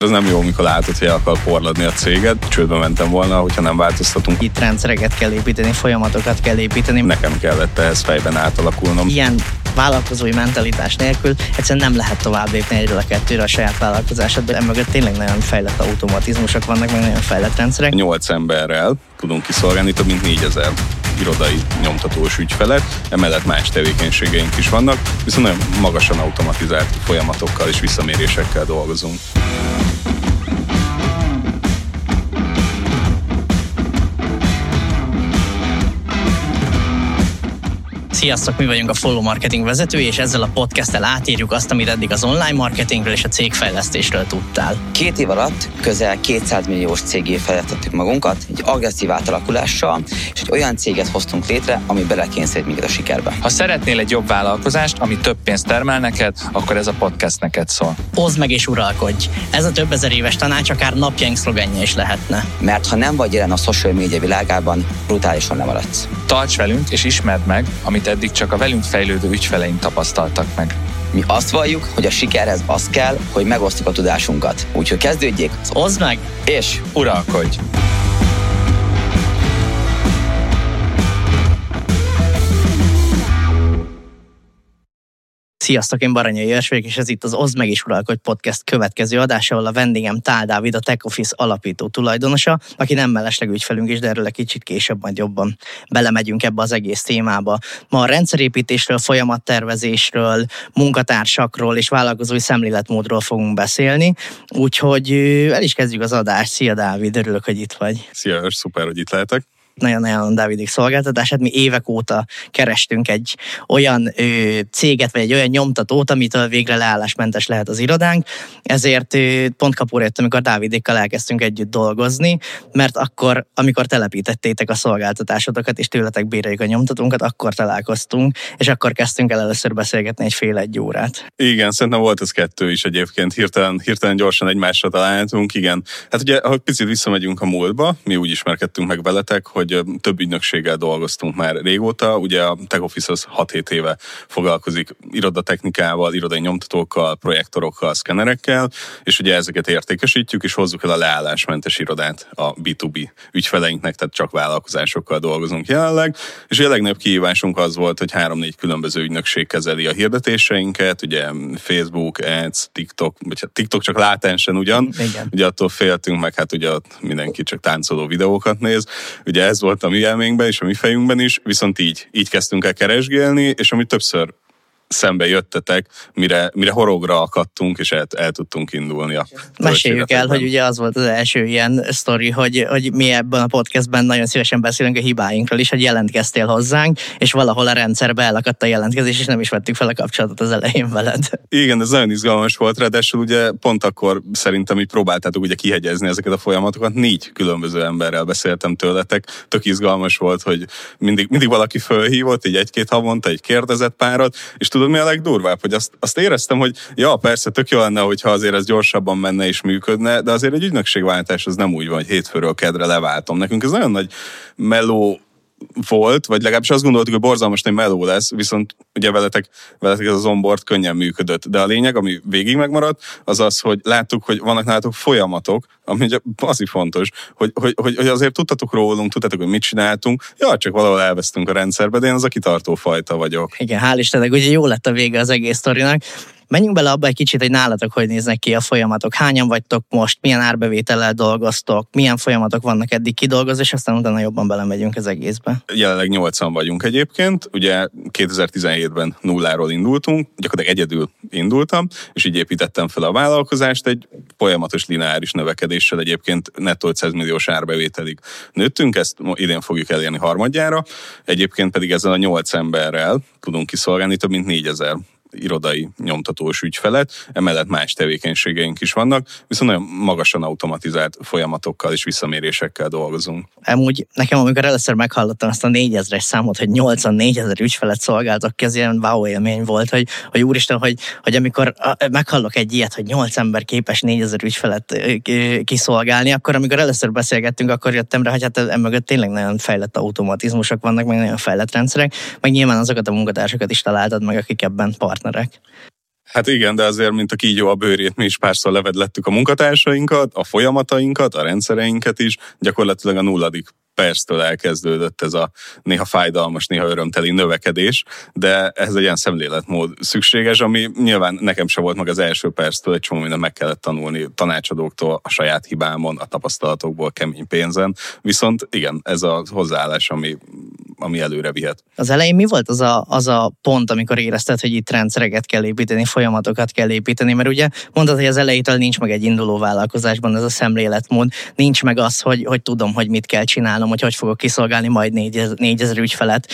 Ez nem jó, amikor látod, hogy el akar porladni a céged. Csődbe mentem volna, hogyha nem változtatunk. Itt rendszereket kell építeni, folyamatokat kell építeni. Nekem kellett ehhez fejben átalakulnom. Ilyen vállalkozói mentalitás nélkül egyszerűen nem lehet tovább lépni egyről a kettőre a saját vállalkozásodban. Emögött tényleg nagyon fejlett automatizmusok vannak, meg nagyon fejlett rendszerek. 8 emberrel tudunk kiszolgálni több mint 4000 irodai nyomtatós ügyfelet, emellett más tevékenységeink is vannak, viszont nagyon magasan automatizált folyamatokkal és visszamérésekkel dolgozunk. Sziasztok, mi vagyunk a Follow Marketing vezetői, és ezzel a podcasttel átírjuk azt, amit eddig az online marketingről és a cégfejlesztésről tudtál. 2 év alatt közel 200 milliós cégé fejlesztettük magunkat, egy agresszív átalakulással, és egy olyan céget hoztunk létre, ami belekényszerít minket a sikerbe. Ha szeretnél egy jobb vállalkozást, ami több pénzt termel neked, akkor ez a podcast neked szól. Oszd meg és uralkodj! Ez a több ezer éves tanács akár napjaink szlogenje is lehetne. Mert ha nem vagy jelen a social media világában, brutálisan lemaradsz. Tarts velünk és ismerd meg, amit eddig csak a velünk fejlődő ügyfeleink tapasztaltak meg. Mi azt valljuk, hogy a sikerhez az kell, hogy megosztjuk a tudásunkat. Úgyhogy kezdődjék, Oszd meg és uralkodj! Sziasztok, én Baranyai Jörs vagyok, és ez itt az Oszd meg és uralkodj podcast következő adásával a vendégem Tál Dávid, a Tech Office alapító tulajdonosa, aki nem mellesleg ügyfelünk is, de erről egy kicsit később majd jobban belemegyünk ebbe az egész témába. Ma a rendszerépítésről, folyamattervezésről, munkatársakról és vállalkozói szemléletmódról fogunk beszélni, úgyhogy el is kezdjük az adást. Szia Dávid, örülök, hogy itt vagy. Szia Jörs, szuper, hogy itt lehetek. Nagyon ajánlom Dávidék szolgáltatását. Mi évek óta kerestünk egy olyan céget, vagy egy olyan nyomtatót, amitől végre leállásmentes lehet az irodánk. Ezért pont kapóra jött, amikor Dávidékkal elkezdtünk együtt dolgozni, mert akkor, amikor telepítettétek a szolgáltatásotokat, és tőletek béreljük a nyomtatónkat, akkor találkoztunk, és akkor kezdtünk el először beszélgetni egy fél-egy órát. Igen, szerintem volt ez 2 is egyébként. Hirtelen gyorsan egymásra találtunk, igen. Hát ugye, ha picit visszamegyünk a múltba, mi úgy ismerkedtünk meg veletek, hogy több ügynökséggel dolgoztunk már régóta. Ugye a Tech Office az 6-7 éve foglalkozik irodatechnikával, irodai nyomtatókkal, projektorokkal, szkennerekkel, és ugye ezeket értékesítjük, és hozzuk el a leállásmentes irodát a B2B ügyfeleinknek, tehát csak vállalkozásokkal dolgozunk jelenleg, és a legnagyobb kihívásunk az volt, hogy 3-4 különböző ügynökség kezeli a hirdetéseinket, ugye Facebook, Ads, TikTok, vagy hát TikTok csak látensen ugyan, igen. Ugye attól féltünk, meg hát ugye ott mindenki csak táncoló videókat néz, ugye ez volt a mi élményben és a mi fejünkben is, viszont így kezdtünk el keresgélni, és ami többször szembe jöttetek, mire horogra akadtunk, és el tudtunk indulni a Meséljük el, hogy ugye az volt az első ilyen sztori, hogy mi ebben a podcastben nagyon szívesen beszélünk a hibáinkról is, hogy jelentkeztél hozzánk, és valahol a rendszerbe elakadt a jelentkezés, és nem is vettük fel a kapcsolatot az elején veled. Igen, ez nagyon izgalmas volt, ráadásul ugye pont akkor szerintem így próbáltátok ugye kihegyezni ezeket a folyamatokat, 4 különböző emberrel beszéltem tőletek, tök izgalmas volt, hogy mindig valaki fölhívott, így 1-2 havonta, egy kérdezett párat, és tudod, mi a legdurvább, hogy azt éreztem, hogy ja, persze, tök jó lenne, hogyha azért ez gyorsabban menne és működne, de azért egy ügynökségváltás az nem úgy van, hogy hétfőről kedre leváltom. Nekünk ez nagyon nagy meló volt, vagy legalábbis azt gondoltuk, hogy borzalmas nagy meló lesz, viszont ugye veletek ez az onboard könnyen működött. De a lényeg, ami végig megmaradt, az az, hogy láttuk, hogy vannak nálatok folyamatok, ami ugye az is fontos, hogy azért tudtatok rólunk, tudtatok, hogy mit csináltunk, ja, csak valahol elvesztünk a rendszerbe, de én az a kitartó fajta vagyok. Igen, hál' Istennek, ugye jó lett a vége az egész sztorinak. Menjünk bele abba egy kicsit, hogy nálatok hogy néznek ki a folyamatok. Hányan vagytok most, milyen árbevétellel dolgoztok, milyen folyamatok vannak eddig kidolgozva, és aztán utána jobban belemegyünk az egészbe. Jelenleg 8-an vagyunk egyébként, ugye 2017-ben nulláról indultunk, gyakorlatilag egyedül indultam, és így építettem fel a vállalkozást, egy folyamatos lineáris növekedéssel egyébként nettó 500 milliós árbevételig nőttünk, ezt idén fogjuk elérni harmadjára, egyébként pedig ezzel a 8 emberrel tudunk kiszolgálni több mint 4000 irodai nyomtatós ügyfelet, emellett más tevékenységeink is vannak, viszont nagyon magasan automatizált folyamatokkal és visszamérésekkel dolgozunk. Amúgy nekem, amikor először meghallottam azt a 4000-es számot, hogy 80-4000 ügyfelet szolgáltak ki, ez ilyen wow élmény volt, hogy úristen, hogy amikor meghallok egy ilyet, hogy 8 ember képes 4000 ügyfelet kiszolgálni, akkor amikor először beszélgettünk, akkor jöttem rá, hogy hát emögött tényleg nagyon fejlett automatizmusok vannak, meg nagyon fejlett rendszerek, meg nyilván azokat a munkatársakat is találtad meg, akik ebben partnerek. Hát igen, de azért, mint a kígyó a bőrét, mi is párszor levedlettük a munkatársainkat, a folyamatainkat, a rendszereinket is, gyakorlatilag a 0. perctől elkezdődött ez a néha fájdalmas, néha örömteli növekedés, de ez egy ilyen szemléletmód szükséges, ami nyilván nekem sem volt meg az első perctől, egy csomó minden meg kellett tanulni tanácsadóktól, a saját hibámon, a tapasztalatokból, kemény pénzen, viszont igen, ez a hozzáállás, ami előre vihet. Az elején mi volt az a pont, amikor érezted, hogy itt rendszereket kell építeni, folyamatokat kell építeni, mert ugye mondtad, hogy az elejétől nincs meg egy induló vállalkozásban ez a szemléletmód, nincs meg az, hogy tudom, hogy mit kell csinálnom, hogy fogok kiszolgálni majd 4000 ügyfelet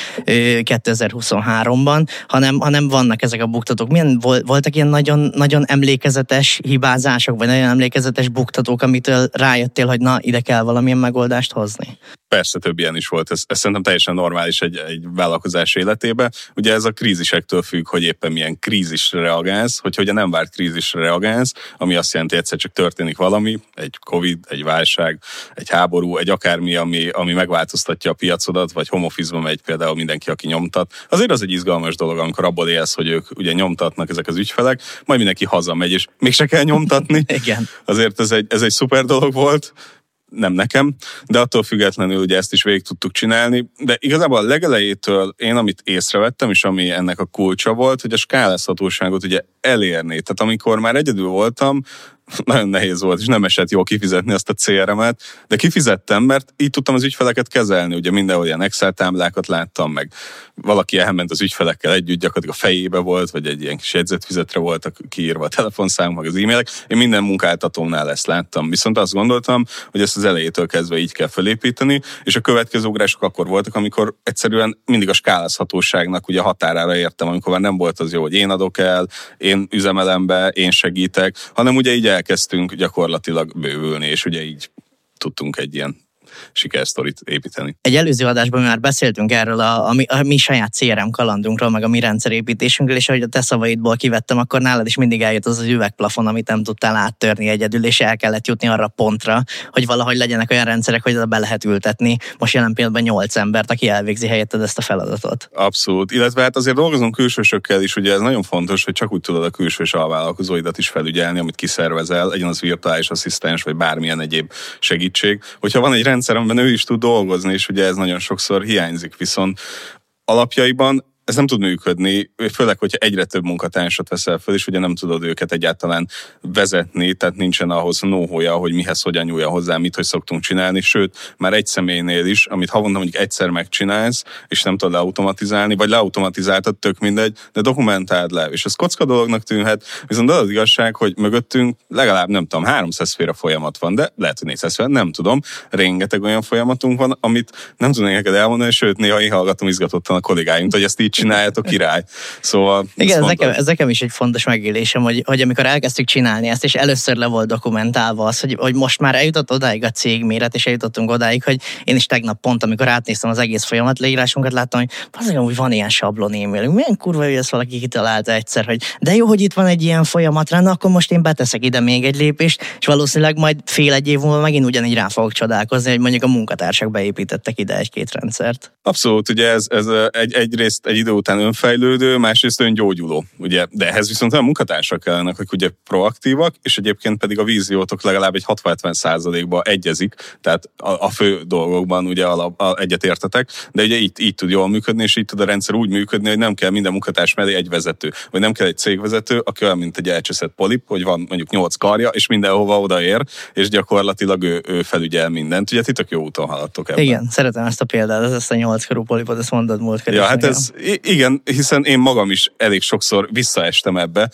2023-ban, hanem vannak ezek a buktatók. Milyen voltak ilyen nagyon, nagyon emlékezetes hibázások, vagy nagyon emlékezetes buktatók, amitől rájöttél, hogy na, ide kell valamilyen megoldást hozni? Persze több ilyen is volt, ez szerintem teljesen normális egy vállalkozás életében. Ugye ez a krízisektől függ, hogy éppen milyen krízisre reagálsz, hogyha nem várt krízisre reagálsz, ami azt jelenti, hogy egyszer csak történik valami, egy Covid, egy válság, egy háború, egy akármi, ami megváltoztatja a piacodat, vagy home office-ba megy például mindenki, aki nyomtat. Azért az egy izgalmas dolog, amikor abból élsz, hogy ők ugye nyomtatnak ezek az ügyfelek, majd mindenki hazamegy, és mégse kell nyomtatni. Igen. Azért ez egy szuper dolog volt. Nem nekem, de attól függetlenül ugye ezt is végig tudtuk csinálni, de igazából a legelejétől én, amit észrevettem, és ami ennek a kulcsa volt, hogy a skálázhatóságot ugye elérni. Tehát amikor már egyedül voltam, nagyon nehéz volt, és nem esett jól kifizetni azt a CRM-et, de kifizettem, mert így tudtam az ügyfeleket kezelni, ugye mindenhol ilyen Excel táblákat láttam, meg valaki elment az ügyfelekkel együtt, gyakorlatilag a fejébe volt, vagy egy ilyen kis jegyzetfüzetre voltak kiírva a telefonszám, meg az e-mailek. Én minden munkáltatónál ezt láttam, viszont azt gondoltam, hogy ezt az elejétől kezdve így kell felépíteni, és a következő ugrások akkor voltak, amikor egyszerűen mindig a skálázhatóságnak ugye határára értem, amikor már nem volt az jó, hogy én adok el, én üzemelem be, én segítek, hanem ugye így elkezdtünk gyakorlatilag bővülni, és ugye így tudtunk egy ilyen sikersztorit építeni. Egy előző adásban már beszéltünk erről a mi saját CRM kalandunkról, meg a mi rendszerépítésünkről, és ahogy a te szavaidból kivettem, akkor nálad is mindig eljött az üvegplafon, amit nem tudtál áttörni egyedül, és el kellett jutni arra pontra, hogy valahogy legyenek olyan rendszerek, hogy oda be lehet ültetni. Most jelen pillanatban 8 embert, aki elvégzi helyetted ezt a feladatot. Abszolút. Illetve hát azért dolgozunk külsősökkel is, ugye ez nagyon fontos, hogy csak úgy tudod a külsős alvállalkozóidat is felügyelni, amit kiszervezel, legyen az virtuális asszisztens, vagy bármilyen egyéb segítség. Hogyha van egy rendszer, amiben ő is tud dolgozni, és ugye ez nagyon sokszor hiányzik, viszont alapjaiban ez nem tud működni, főleg, hogyha egyre több munkatársat veszel föl, és ugye nem tudod őket egyáltalán vezetni, tehát nincsen ahhoz know-how-ja, hogy mihez hogyan nyúlja hozzá, mit hogy szoktunk csinálni, sőt, már egy személynél is, amit havonta mondjuk egyszer megcsinálsz, és nem tudod leautomatizálni, vagy leautomatizáltad, tök mindegy, de dokumentáld le, és ez kocka dolognak tűnhet, viszont az igazság, hogy mögöttünk legalább nem tudom, 300 féle folyamat van, de lehet, hogy 400 féle, nem tudom, rengeteg olyan folyamatunk van, amit nem tudnék neked elmondani, sőt, néha én hallgatom izgatottan a kollégáimat, hogy ezt így csináljátok, király. Szóval... Igen, ez nekem is egy fontos megélésem, hogy amikor elkezdtük csinálni ezt, és először le volt dokumentálva az, hogy most már eljutott odáig a cégméret, és eljutottunk odáig, hogy én is tegnap pont, amikor átnéztem az egész folyamat leírásunkat, láttam, hogy azért, hogy van ilyen sablon e-mailünk. Milyen kurva, hogy ezt valaki kitalálta egyszer, hogy de jó, hogy itt van egy ilyen folyamatra, na akkor most én beteszek ide még egy lépést, és valószínűleg majd fél egy év múlva megint ugyanígy rá fogok csodálkozni, hogy mondjuk a munkatársak beépítettek ide egy-két rendszert. Abszolút, ugye ez egyrészt egy idő után önfejlődő, másrészt öngyógyuló, ugye, de ehhez viszont olyan munkatársak kellenek, hogy ugye proaktívak, és egyébként pedig a víziótok legalább egy 60-70%-ba egyezik, tehát a fő dolgokban ugye egyetértetek, de ugye így tud jól működni, és így tud a rendszer úgy működni, hogy nem kell minden munkatárs mellé egy vezető, vagy nem kell egy cégvezető, aki olyan, mint egy elcseszett polip, hogy van mondjuk 8 karja, és mindenhova odaér, és gyakorlatilag ő felügyel mindent. Ugye ti tök jó úton haladtok ebben. Igen, szeretem ezt a példát, ezt a 8 karú polipot, ezt mondod múltkor. Ja, hát ez igen, hiszen én magam is elég sokszor visszaestem ebbe,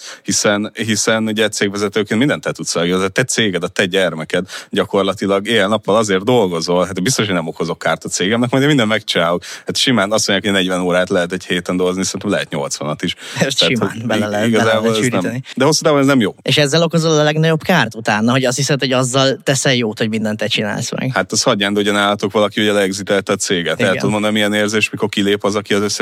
hiszen ugye cégvezetőként mindent te tudsz elni, a te céged, a te gyermeked gyakorlatilag éjjel-nappal azért dolgozol, hát biztos, hogy nem okozok kárt a cégemnek, majd én mindent megcsinálok. Hát simán azt mondják, hogy 40 órát lehet egy héten dolgozni, szerintem lehet 80-at is. Ezt simán bele lehet sűríteni. De hosszú távon ez nem jó. És ezzel okozol a legnagyobb kárt utána, hogy azt hiszed, hogy azzal teszel jót, hogy mindent te csinálsz meg. Hát az hagyján, hogy nálatok valaki ugye leexitelte a céget. El tud mondani, milyen érzés, mikor kilép az, aki az összes damillal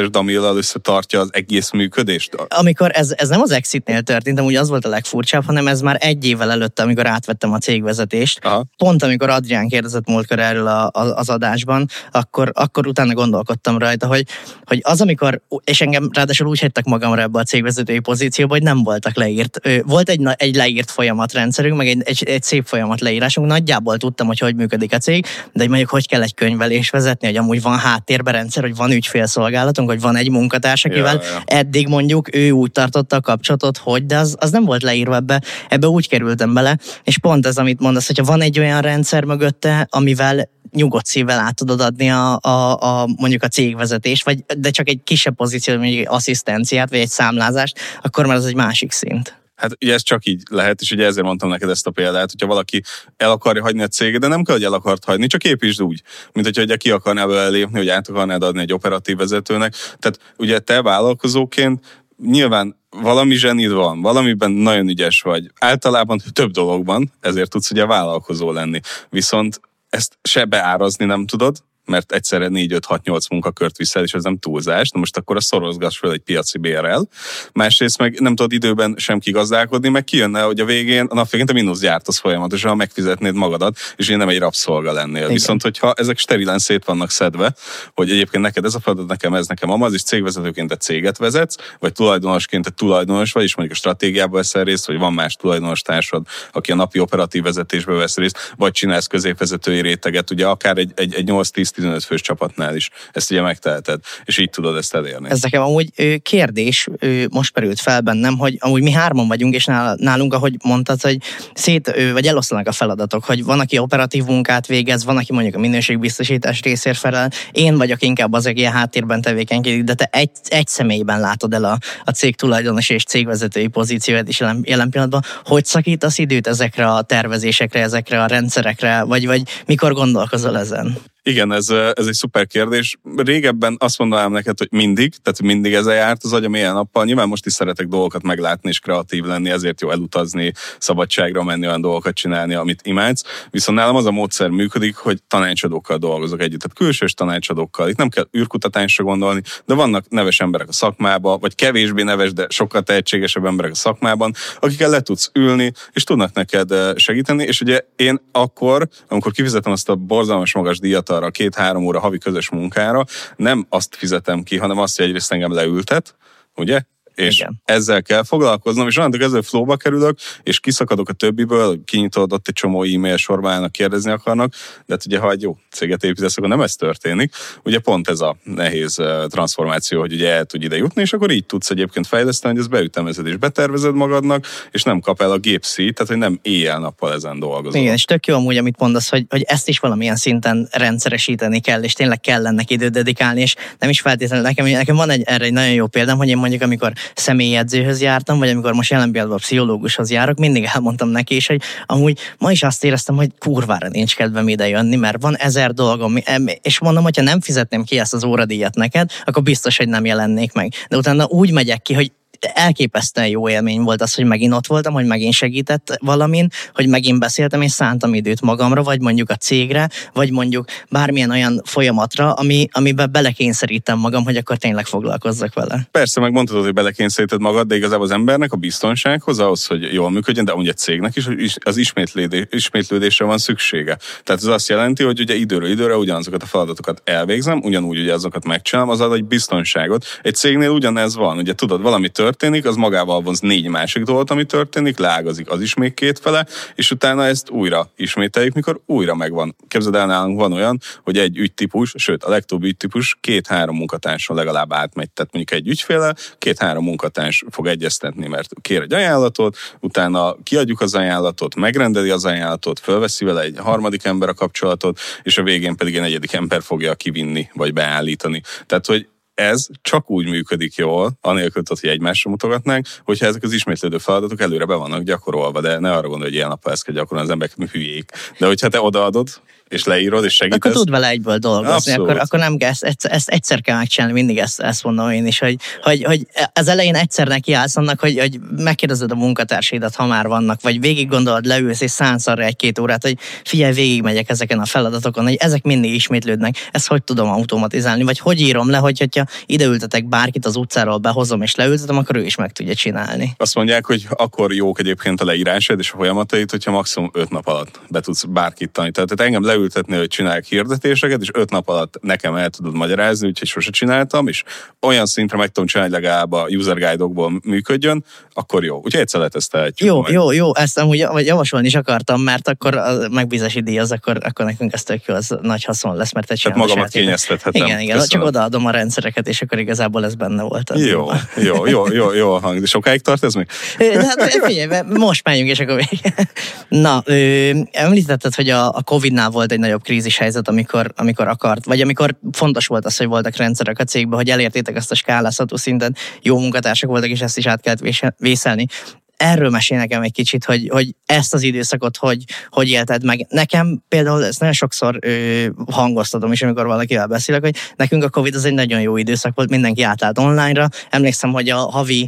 oldal összetartja az egész működést? Amikor ez nem az Exitnél történt, amúgy az volt a legfurcsább, hanem ez már egy évvel előtt, amikor átvettem a cégvezetést. Aha. Pont amikor Adrián kérdezett múltkor erről az adásban, akkor utána gondolkodtam rajta, hogy az, amikor, és engem ráadásul úgy hagytak magamra ebbe a cégvezetői pozícióba, hogy nem voltak leírt. Volt egy leírt folyamatrendszerünk, meg egy szép folyamatleírásunk, nagyjából tudtam, hogy működik a cég, de hogy mondjuk hogy kell egy könyvelés vezetni, hogy amúgy van háttérben rendszer, hogy van ügyfélszolgálatunk, hogy van egy munkatárs, akivel eddig mondjuk ő úgy tartotta a kapcsolatot, de az nem volt leírva ebbe úgy kerültem bele, és pont ez, amit mondasz, hogyha van egy olyan rendszer mögötte, amivel nyugodt szívvel át tudod adni mondjuk a cégvezetést, de csak egy kisebb pozíciót, mondjuk egy asszisztenciát, vagy egy számlázást, akkor már az egy másik szint. Hát ugye ez csak így lehet, és ugye ezért mondtam neked ezt a példát, hogyha valaki el akarja hagyni a céget, de nem kell, hogy el akart hagyni, csak építsd úgy, mint hogyha ugye ki akarnál vele lépni, hogy át akarnád adni egy operatív vezetőnek. Tehát ugye te vállalkozóként nyilván valami zsenid van, valamiben nagyon ügyes vagy. Általában több dologban, ezért tudsz ugye vállalkozó lenni. Viszont ezt se beárazni nem tudod, mert egyszerre 4-5-6-8 munkakört viszel, és ez nem túlzás. Na most akkor a szorozgass fel egy piaci bérrel. Másrészt meg nem tudod időben sem kigazdálkodni, meg kijönne, hogy a végén, a nap végén te mínusz gyártasz folyamatosan, ha megfizetnéd magadat, és én nem egy rabszolga lennél. Igen. Viszont, hogyha ezek sterilen szét vannak szedve, hogy egyébként neked ez a feladat, nekem ez, nekem amaz, és cégvezetőként egy céget vezetsz, vagy tulajdonosként egy tulajdonos vagy, és mondjuk a stratégiában veszel részt, vagy van más tulajdonos társad, aki a napi operatív vezetésbe vesz részt, vagy csinálsz középvezetői réteget, ugye akár egy 8-10-15 fős csapatnál is ezt ugye megteheted, és így tudod ezt elérni. Ez nekem amúgy kérdés, most perült fel bennem, hogy amúgy mi 3 vagyunk, és nálunk, ahogy mondtad, hogy vagy eloszlanak a feladatok, hogy van, aki operatív munkát végez, van, aki mondjuk a minőségbiztosítás részért felel, én vagyok inkább az, aki a háttérben tevékenykedik, de te egy személyben látod el a cég tulajdonos és cégvezetői pozíciót is jelen pillanatban. Hogy szakítasz időt ezekre a tervezésekre, ezekre a rendszerekre, vagy mikor gondolkozol ezen? Igen, ez egy szuper kérdés. Régebben azt mondanám neked, hogy mindig ezzel járt az agyam ilyen nappal. Nyilván most is szeretek dolgokat meglátni és kreatív lenni, ezért jó elutazni, szabadságra menni, olyan dolgokat csinálni, amit imádsz. Viszont nálam az a módszer működik, hogy tanácsadókkal dolgozok együtt, tehát külsős tanácsadókkal. Itt nem kell űrkutatásra gondolni, de vannak neves emberek a szakmában, vagy kevésbé neves, de sokkal tehetségesebb emberek a szakmában, akikkel le tudsz ülni, és tudnak neked segíteni. És ugye én akkor, amikor kifizetem azt a borzalmas magas díjat arra 2-3 óra havi közös munkára, nem azt fizetem ki, hanem azt, hogy egyrészt engem leültet, ugye? És igen, ezzel kell foglalkoznom, és onnantól kezdve flowba kerülök, és kiszakadok a többiből, kinyitod, ott egy csomó e-mail sorba állnak, kérdezni akarnak, de hát ugye, ha egy jó céget építesz, akkor nem ez történik. Ugye pont ez a nehéz transformáció, hogy ugye el tudj ide jutni, és akkor így tudsz egyébként fejleszteni, hogy ezt beütemezed és betervezed magadnak, és nem kap el a gépszí, tehát hogy nem éjjel-nappal ezen dolgozol. Igen, és tök jó amúgy, amit mondasz, hogy ezt is valamilyen szinten rendszeresíteni kell, és tényleg kell ennek időt dedikálni, és nem is feltétlenül nekem van erre egy nagyon jó példám, hogy én mondjuk amikor személyedzőhöz jártam, vagy amikor most jelen pillanatban a pszichológushoz járok, mindig elmondtam neki is, hogy amúgy ma is azt éreztem, hogy kurvára nincs kedvem ide jönni, mert van 1000 dolgom, és mondom, hogyha nem fizetném ki ezt az óradíjat neked, akkor biztos, hogy nem jelennék meg. De utána úgy megyek ki, hogy elképesztően jó élmény volt az, hogy megint ott voltam, hogy megint segített valamin, hogy megint beszéltem, és szántam időt magamra, vagy mondjuk a cégre, vagy mondjuk bármilyen olyan folyamatra, amiben belekényszerítem magam, hogy akkor tényleg foglalkozzak vele. Persze, megmondhatod, hogy belekényszeríted magad, de igazából az embernek a biztonsághoz, ahhoz, hogy jól működjön, de ugye a cégnek is, hogy az ismétlődésre van szüksége. Tehát ez azt jelenti, hogy ugye időről időre ugyanazokat a feladatokat elvégzem, ugyanúgy ugye azokat megcsinálom, az ad egy biztonságot. Egy cégnél ugyanez van, ugye tudod, valami történik, az magával vonz 4 másik dolgot, ami történik, leágazik az is még 2 fele, és utána ezt újra ismételjük, mikor újra megvan. Képzeld el, nálunk van olyan, hogy egy ügytípus, sőt a legtöbb ügytípus 2-3 munkatárson legalább átmegy. Tehát mondjuk egy ügyféllel 2-3 munkatárs fog egyeztetni, mert kér egy ajánlatot, utána kiadjuk az ajánlatot, megrendeli az ajánlatot, fölveszi vele egy harmadik ember a kapcsolatot, és a végén pedig egy negyedik ember fogja kivinni, vagy beállítani. Tehát, hogy ez csak úgy működik jól, anélkül, hogy egymásra mutogatnánk, hogyha ezek az ismétlődő feladatok előre be vannak gyakorolva, de ne arra gondolj, hogy ilyen nappal ezt kell gyakorolni, az emberek hülyék. De hogyha te odaadod, és leírod, és segítesz. Akkor tud vele egyből dolgozni, akkor nem kell, ezt egyszer kell megcsinálni, mindig ezt mondom én is, hogy az elején egyszer nekiállsz annak, hogy megkérdezed a munkatársaidat, ha már vannak, vagy végig gondolod, leülsz és szánsz arra 1-2 órát, hogy figyelj, végigmegyek ezeken a feladatokon, hogy ezek mindig ismétlődnek, ezt hogy tudom automatizálni, vagy hogy írom le, hogyha ideültetek bárkit az utcáról, behozom és leültetem, akkor ő is meg tudja csinálni. Azt mondják, hogy akkor jók egyébként a leírásod és a folyamatait, hogyha maximum 5 nap alatt be tudsz bárkit tanítani. Tehát engem leültetni, hogy csinálják hirdetéseket, és 5 nap alatt nekem el tudod magyarázni, úgyhogy sose csináltam, és olyan szintre meg tudom csinálni, hogy legalább a user guide-okból működjön, akkor jó. Úgyhogy egyszer letesztelhetjük. Jó, ezt amúgy javasolni is akartam, mert akkor a megbízási díj az, akkor nekünk ez tök jó, az nagy haszon lesz, mert tehát magamat kényeztethetem. Igen, csak odaadom a rendszereket, és akkor igazából ez benne volt. Jó hang. De sokáig tart ez még? Hát figyelj, most menjünk, és akkor Na, említetted, hogy a Covid-nál volt egy nagyobb krízis helyzet, amikor akart, vagy amikor fontos volt az, hogy voltak rendszerek a cégben, hogy elértétek ezt a skálázható szinten, jó munkatársak voltak, és ezt is át kellett vészelni. Erről mesél nekem egy kicsit, hogy ezt az időszakot hogy élted meg. Nekem például ezt nagyon sokszor hangoztatom is, amikor valakivel beszélek, hogy nekünk a Covid az egy nagyon jó időszak volt, mindenki átállt online-ra. Emlékszem, hogy a havi,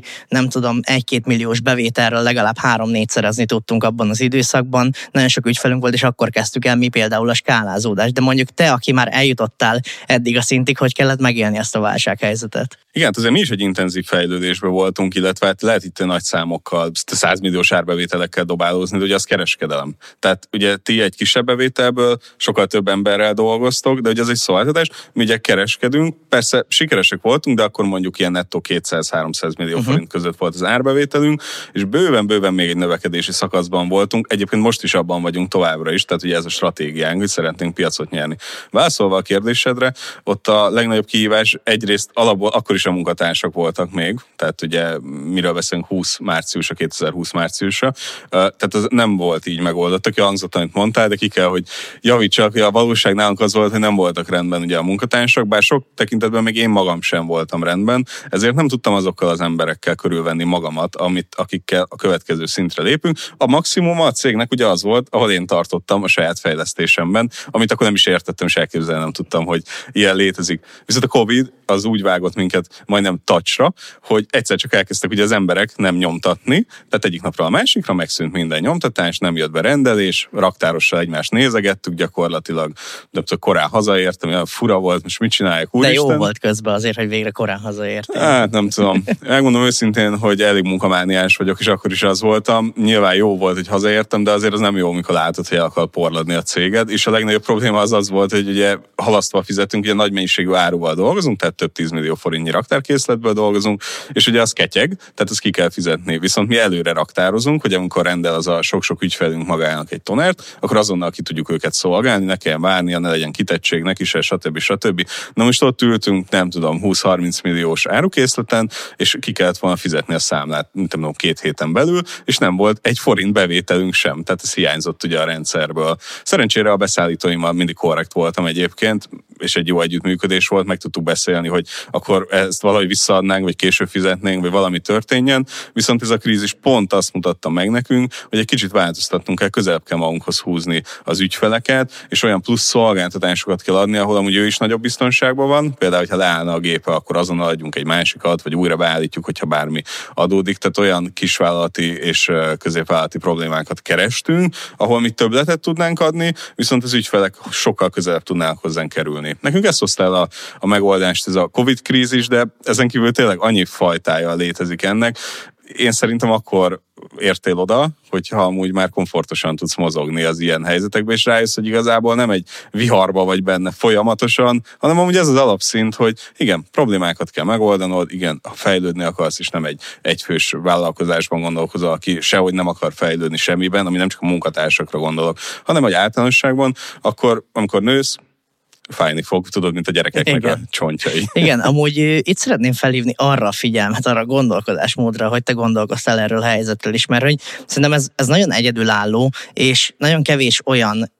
1-2 milliós bevételről legalább 3-4-szerezni tudtunk abban az időszakban. Nagyon sok ügyfelünk volt, és akkor kezdtük el mi például a skálázódást. De mondjuk te, aki már eljutottál eddig a szintig, hogy kellett megélni ezt a válsághelyzetet? Igen, azért mi is egy intenzív fejlődésben voltunk, illetve hát lehet itt nagy számokkal, 100 milliós árbevételekkel dobálózni, de ugye az kereskedelem. Tehát ugye ti egy kisebb bevételből sokkal több emberrel dolgoztok, de ugye az egy szolgáltatás, mi ugye kereskedünk, persze sikeresek voltunk, de akkor mondjuk ilyen nettó 200-300 millió forint között volt az árbevételünk, és bőven még egy növekedési szakaszban voltunk, egyébként most is abban vagyunk továbbra is, tehát ugye ez a stratégiánk, hogy szeretnénk piacot nyerni. Válaszolva a kérdésedre, ott a legnagyobb kihívás egyrészt alapból akkor is a munkatársak voltak még, tehát ugye miről beszélünk 2020 márciusra, tehát az nem volt így megoldott, aki hangzott, amit mondtál, de ki kell, hogy javítsak, hogy a valóság nálunk az volt, hogy nem voltak rendben ugye a munkatársak, bár sok tekintetben még én magam sem voltam rendben, ezért nem tudtam azokkal az emberekkel körülvenni magamat, akikkel a következő szintre lépünk. A maximum a cégnek ugye az volt, ahol én tartottam a saját fejlesztésemben, amit akkor nem is értettem, és elképzelni nem tudtam, hogy ilyen létezik. Viszont a Covid az úgy vágott minket majdnem touchra, hogy egyszer csak elkezdtek ugye az emberek nem nyomtatni, tehát egyik napra a másikra megszűnt minden nyomtatás, nem jött be rendelés, raktárossal egymást nézegettük gyakorlatilag, de korán hazaértem, olyan fura volt, most mit csinálják, úristen. De jó volt közben azért, hogy végre korán hazaértem. Hát nem tudom. Megmondom őszintén, hogy elég munkamániás vagyok, és akkor is az voltam. Nyilván jó volt, hogy hazaértem, de azért az nem jó, amikor látod, hogy el akar porladni a céged, és a legnagyobb probléma az volt, hogy ugye halasztva fizetünk, ugye nagy mennyiségű áruval dolgozunk, tehát több 10 millió forintnyi raktárkészletből dolgozunk, és ugye az ketyeg, tehát ezt ki kell fizetni. Viszont mi előre raktározunk, hogy amikor rendel az a sok-sok ügyfelünk magának egy tonert, akkor azonnal ki tudjuk őket szolgálni, ne kelljen várnia, ne legyen kitettség neki se, stb. Na most ott ültünk, nem tudom, 20-30 milliós árukészleten, és ki kellett volna fizetni a számlát, nem tudom, 2 héten belül, és nem volt egy forint bevételünk sem, tehát ez hiányzott ugye a rendszerből. Szerencsére a beszállítóimmal mindig korrekt voltam egyébként, és egy jó együttműködés volt, meg tudtuk beszélni, hogy akkor ezt valahogy visszaadnánk, vagy később fizetnénk, vagy valami történjen. Viszont ez a krízis pont azt mutatta meg nekünk, hogy egy kicsit változtatnunk kell, közelebb kell magunkhoz húzni az ügyfeleket, és olyan plusz szolgáltatásokat kell adni, ahol amúgy ő is nagyobb biztonságban van. Például, hogyha leállna a gépe, akkor azonnal adjunk egy másikat, vagy újra beállítjuk, hogyha bármi adódik. Tehát olyan kisvállalati és középvállalati problémákat kerestünk, ahol mi többletet tudnánk adni, viszont az ügyfelek sokkal közelebb tudnának hozzánk kerülni. Nekünk ezt hozta el a megoldást, ez a Covid-krízis, de ezen kívül tényleg annyi fajtája létezik ennek. Én szerintem akkor értél oda, hogyha amúgy már komfortosan tudsz mozogni az ilyen helyzetekben, és rájössz, hogy igazából nem egy viharba vagy benne folyamatosan, hanem amúgy ez az alapszint, hogy igen, problémákat kell megoldanod, igen, ha fejlődni akarsz, és nem egy egyfős vállalkozásban gondolkozol, aki sehogy nem akar fejlődni semmiben, ami nem csak a munkatársakra gondolok, hanem hogy általánosságban, akkor amikor nősz, fájni fog, tudod, mint a gyerekeknek a csontjai. Igen, amúgy itt szeretném felhívni arra a figyelmet, arra a gondolkodásmódra, hogy te gondolkoztál erről a helyzetről is, mert hogy szerintem ez nagyon egyedülálló, és nagyon kevés olyan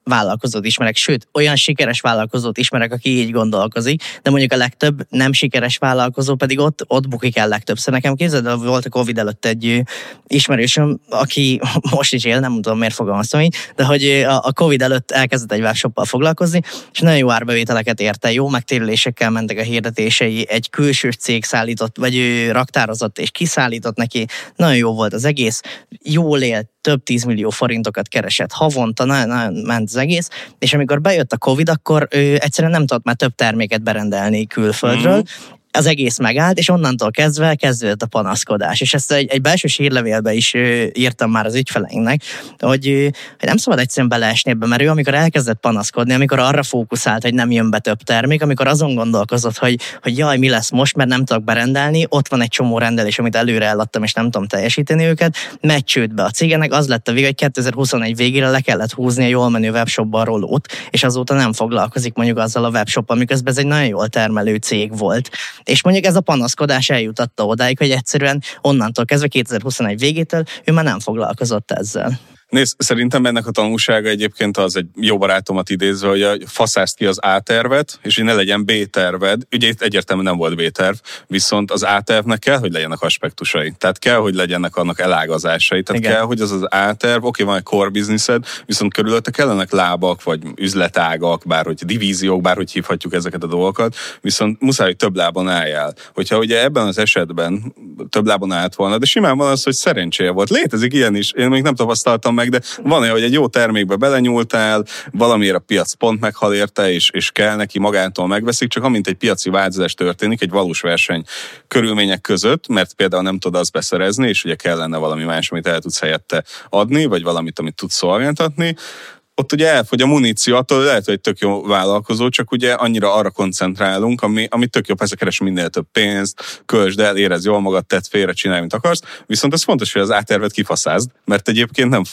vállalkozót ismerek, sőt, olyan sikeres vállalkozót ismerek, aki így gondolkozik, de mondjuk a legtöbb nem sikeres vállalkozó pedig ott bukik el legtöbbször. Nekem képzeld, volt a Covid előtt egy ismerősöm, aki most is él, nem tudom miért fogalmaztam így, de hogy a Covid előtt elkezdett egy webshoppal foglalkozni, és nagyon jó árbevételeket érte, jó megtérülésekkel mentek a hirdetései, egy külsős cég szállított, vagy ő raktározott és kiszállított neki, nagyon jó volt az egész, jól élt, több 10 millió forintokat keresett havonta, nagyon ment az egész, és amikor bejött a Covid, akkor ő egyszerűen nem tudott már több terméket berendelni külföldről, az egész megállt, és onnantól kezdve kezdődött a panaszkodás. És ezt egy belsős hírlevélbe is írtam már az ügyfeleinknek, hogy nem szabad egyszerűen beleesni ebbe, mert ő amikor elkezdett panaszkodni, amikor arra fókuszált, hogy nem jön be több termék, amikor azon gondolkozott, hogy jaj, mi lesz most, mert nem tudok berendelni, ott van egy csomó rendelés, amit előre eladtam, és nem tudom teljesíteni őket, megy csődbe a cégnek, az lett a vége, hogy 2021 végére le kellett húzni a jól menő webshopban rolót, és azóta nem foglalkozik mondjuk azzal a webshoppal, miközben ez egy nagyon jól termelő cég volt. És mondjuk ez a panaszkodás eljutatta odáig, hogy egyszerűen onnantól kezdve 2021 végétől ő már nem foglalkozott ezzel. Nézd, szerintem ennek a tanulsága egyébként az, egy jó barátomat idézve, hogy faszázd ki az A-tervet, és hogy ne legyen B-terved. Ugye itt egyértelműen nem volt B-terv, viszont az A-tervnek kell, hogy legyenek aspektusai. Tehát kell, hogy legyenek annak elágazásai. Tehát kell, hogy az A-terv, oké, van egy core businessed, viszont körülötte kellenek lábak, vagy üzletágak, bárhogy divíziók, bárhogy hívhatjuk ezeket a dolgokat, viszont muszáj, hogy több lábon álljál. Hogyha ugye ebben az esetben több lábon állt volna, de simán van az, hogy szerencséje volt. Létezik ilyen is, én még nem tapasztaltam meg, de van olyan, hogy egy jó termékbe belenyúltál, valamiért a piac pont meghal érte, és kell neki, magától megveszik, csak amint egy piaci változás történik, egy valós verseny körülmények között, mert például nem tud azt beszerezni, és ugye kellene valami más, amit el tudsz helyette adni, vagy valamit, amit tudsz szolgáltatni, ott ugye elfogy a muníció, attól lehet, hogy egy tök jó vállalkozó, csak ugye annyira arra koncentrálunk, ami tök jó, persze keres minél több pénzt, költsd el, érezd jól magad, tedd félre, csinálj, mint akarsz, viszont ez fontos, hogy az A-tervet kifaszázd, mert egyébként nem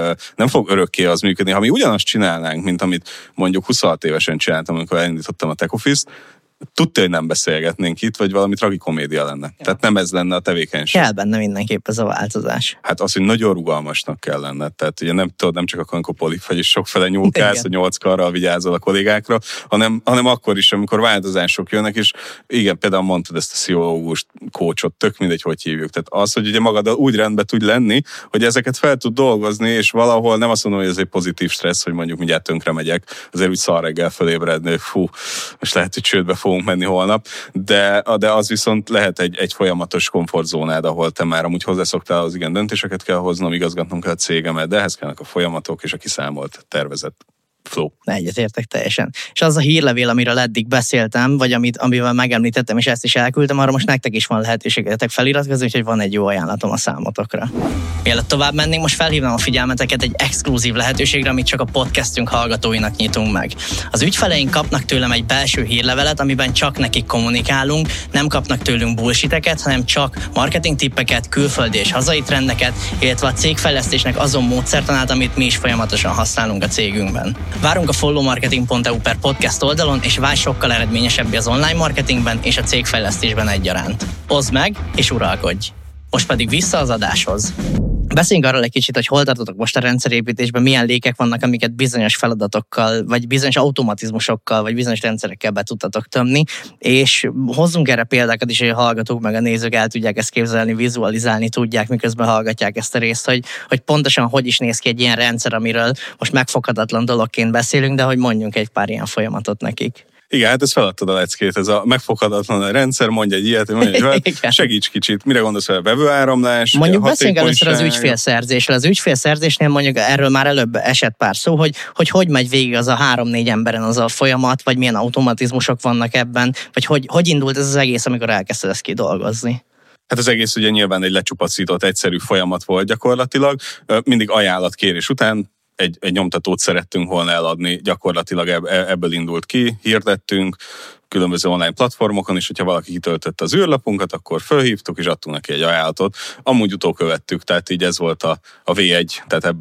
fog örökké az működni. Ha mi ugyanazt csinálnánk, mint amit mondjuk 26 évesen csináltam, amikor elindítottam a Tech Office-t, tudja, hogy nem beszélgetnénk itt, vagy valami tragikomédia lenne. Ja. Tehát nem ez lenne a tevékenység. Kell benne mindenképp ez a változás. Hát az, hogy nagyon rugalmasnak kell lenned. Tehát ugye nem csak akkor, amikor polif vagy, és sokfele nyúlkálsz, hogy 8 karral vigyázol a kollégákra, hanem akkor is, amikor változások jönnek, és igen, például mondtad ezt a pszichológus coachot, tök mindegy, hogy hívjuk. Tehát az, hogy ugye magaddal úgy rendben tudj lenni, hogy ezeket fel tud dolgozni, és valahol nem azt mondom, hogy ez egy pozitív stressz, hogy mondjuk mindjárt tönkre megyek, azért úgy szar reggel fölébredni, hogy fú, most lehet, hogy csődbe fogunk menni holnap, de az viszont lehet egy folyamatos komfortzónád, ahol te már amúgy hozzászoktál, az igen, döntéseket kell hoznom, igazgatnom kell a cégemet, de ehhez kellnek a folyamatok és a kiszámolt, tervezett flow. Egyetértek teljesen. És az a hírlevél, amiről eddig beszéltem, vagy amivel megemlítettem, és ezt is elküldtem, arra most nektek is van lehetőségetek feliratkozni, úgyhogy van egy jó ajánlatom a számotokra. Mielőtt tovább mennénk, most felhívnám a figyelmeteket egy exkluzív lehetőségre, amit csak a podcastünk hallgatóinak nyitunk meg. Az ügyfeleink kapnak tőlem egy belső hírlevelet, amiben csak nekik kommunikálunk, nem kapnak tőlünk bullshiteket, hanem csak marketing tippeket, külföldi és hazai trendeket, illetve a cégfejlesztésnek azon módszertanát, amit mi is folyamatosan használunk a cégünkben. Várunk a followmarketing.eu/podcast oldalon, és válj sokkal eredményesebbé az online marketingben és a cégfejlesztésben egyaránt. Oszd meg, és uralkodj! Most pedig vissza az adáshoz. Beszéljünk arról egy kicsit, hogy hol tartotok most a rendszerépítésben, milyen lékek vannak, amiket bizonyos feladatokkal, vagy bizonyos automatizmusokkal, vagy bizonyos rendszerekkel be tudtatok tömni, és hozzunk erre példákat is, hogy a hallgatók meg a nézők el tudják ezt képzelni, vizualizálni tudják, miközben hallgatják ezt a részt, hogy pontosan hogy is néz ki egy ilyen rendszer, amiről most megfoghatatlan dologként beszélünk, de hogy mondjunk egy pár ilyen folyamatot nekik. Igen, hát ezt feladtad a leckét, ez a megfoghatatlan rendszer, mondj egy ilyet, segíts kicsit. Mire gondolsz, hogy a vevőáramlás? Mondjuk beszéljünk először az ügyfélszerzésről. Az ügyfélszerzésnél mondjuk erről már előbb esett pár szó, hogy megy végig az a 3-4 emberen az a folyamat, vagy milyen automatizmusok vannak ebben, vagy hogy indult ez az egész, amikor elkezdted ezt kidolgozni? Hát az egész ugye nyilván egy lecsupaszított, egyszerű folyamat volt gyakorlatilag. Mindig ajánlatkérés után egy nyomtatót szerettünk volna eladni, gyakorlatilag ebből indult ki, hirdettünk, különböző online platformokon, és hogyha valaki kitöltötte az űrlapunkat, akkor fölhívtuk, és adtunk neki egy ajánlatot. Amúgy utókövettük, tehát így ez volt a V1, tehát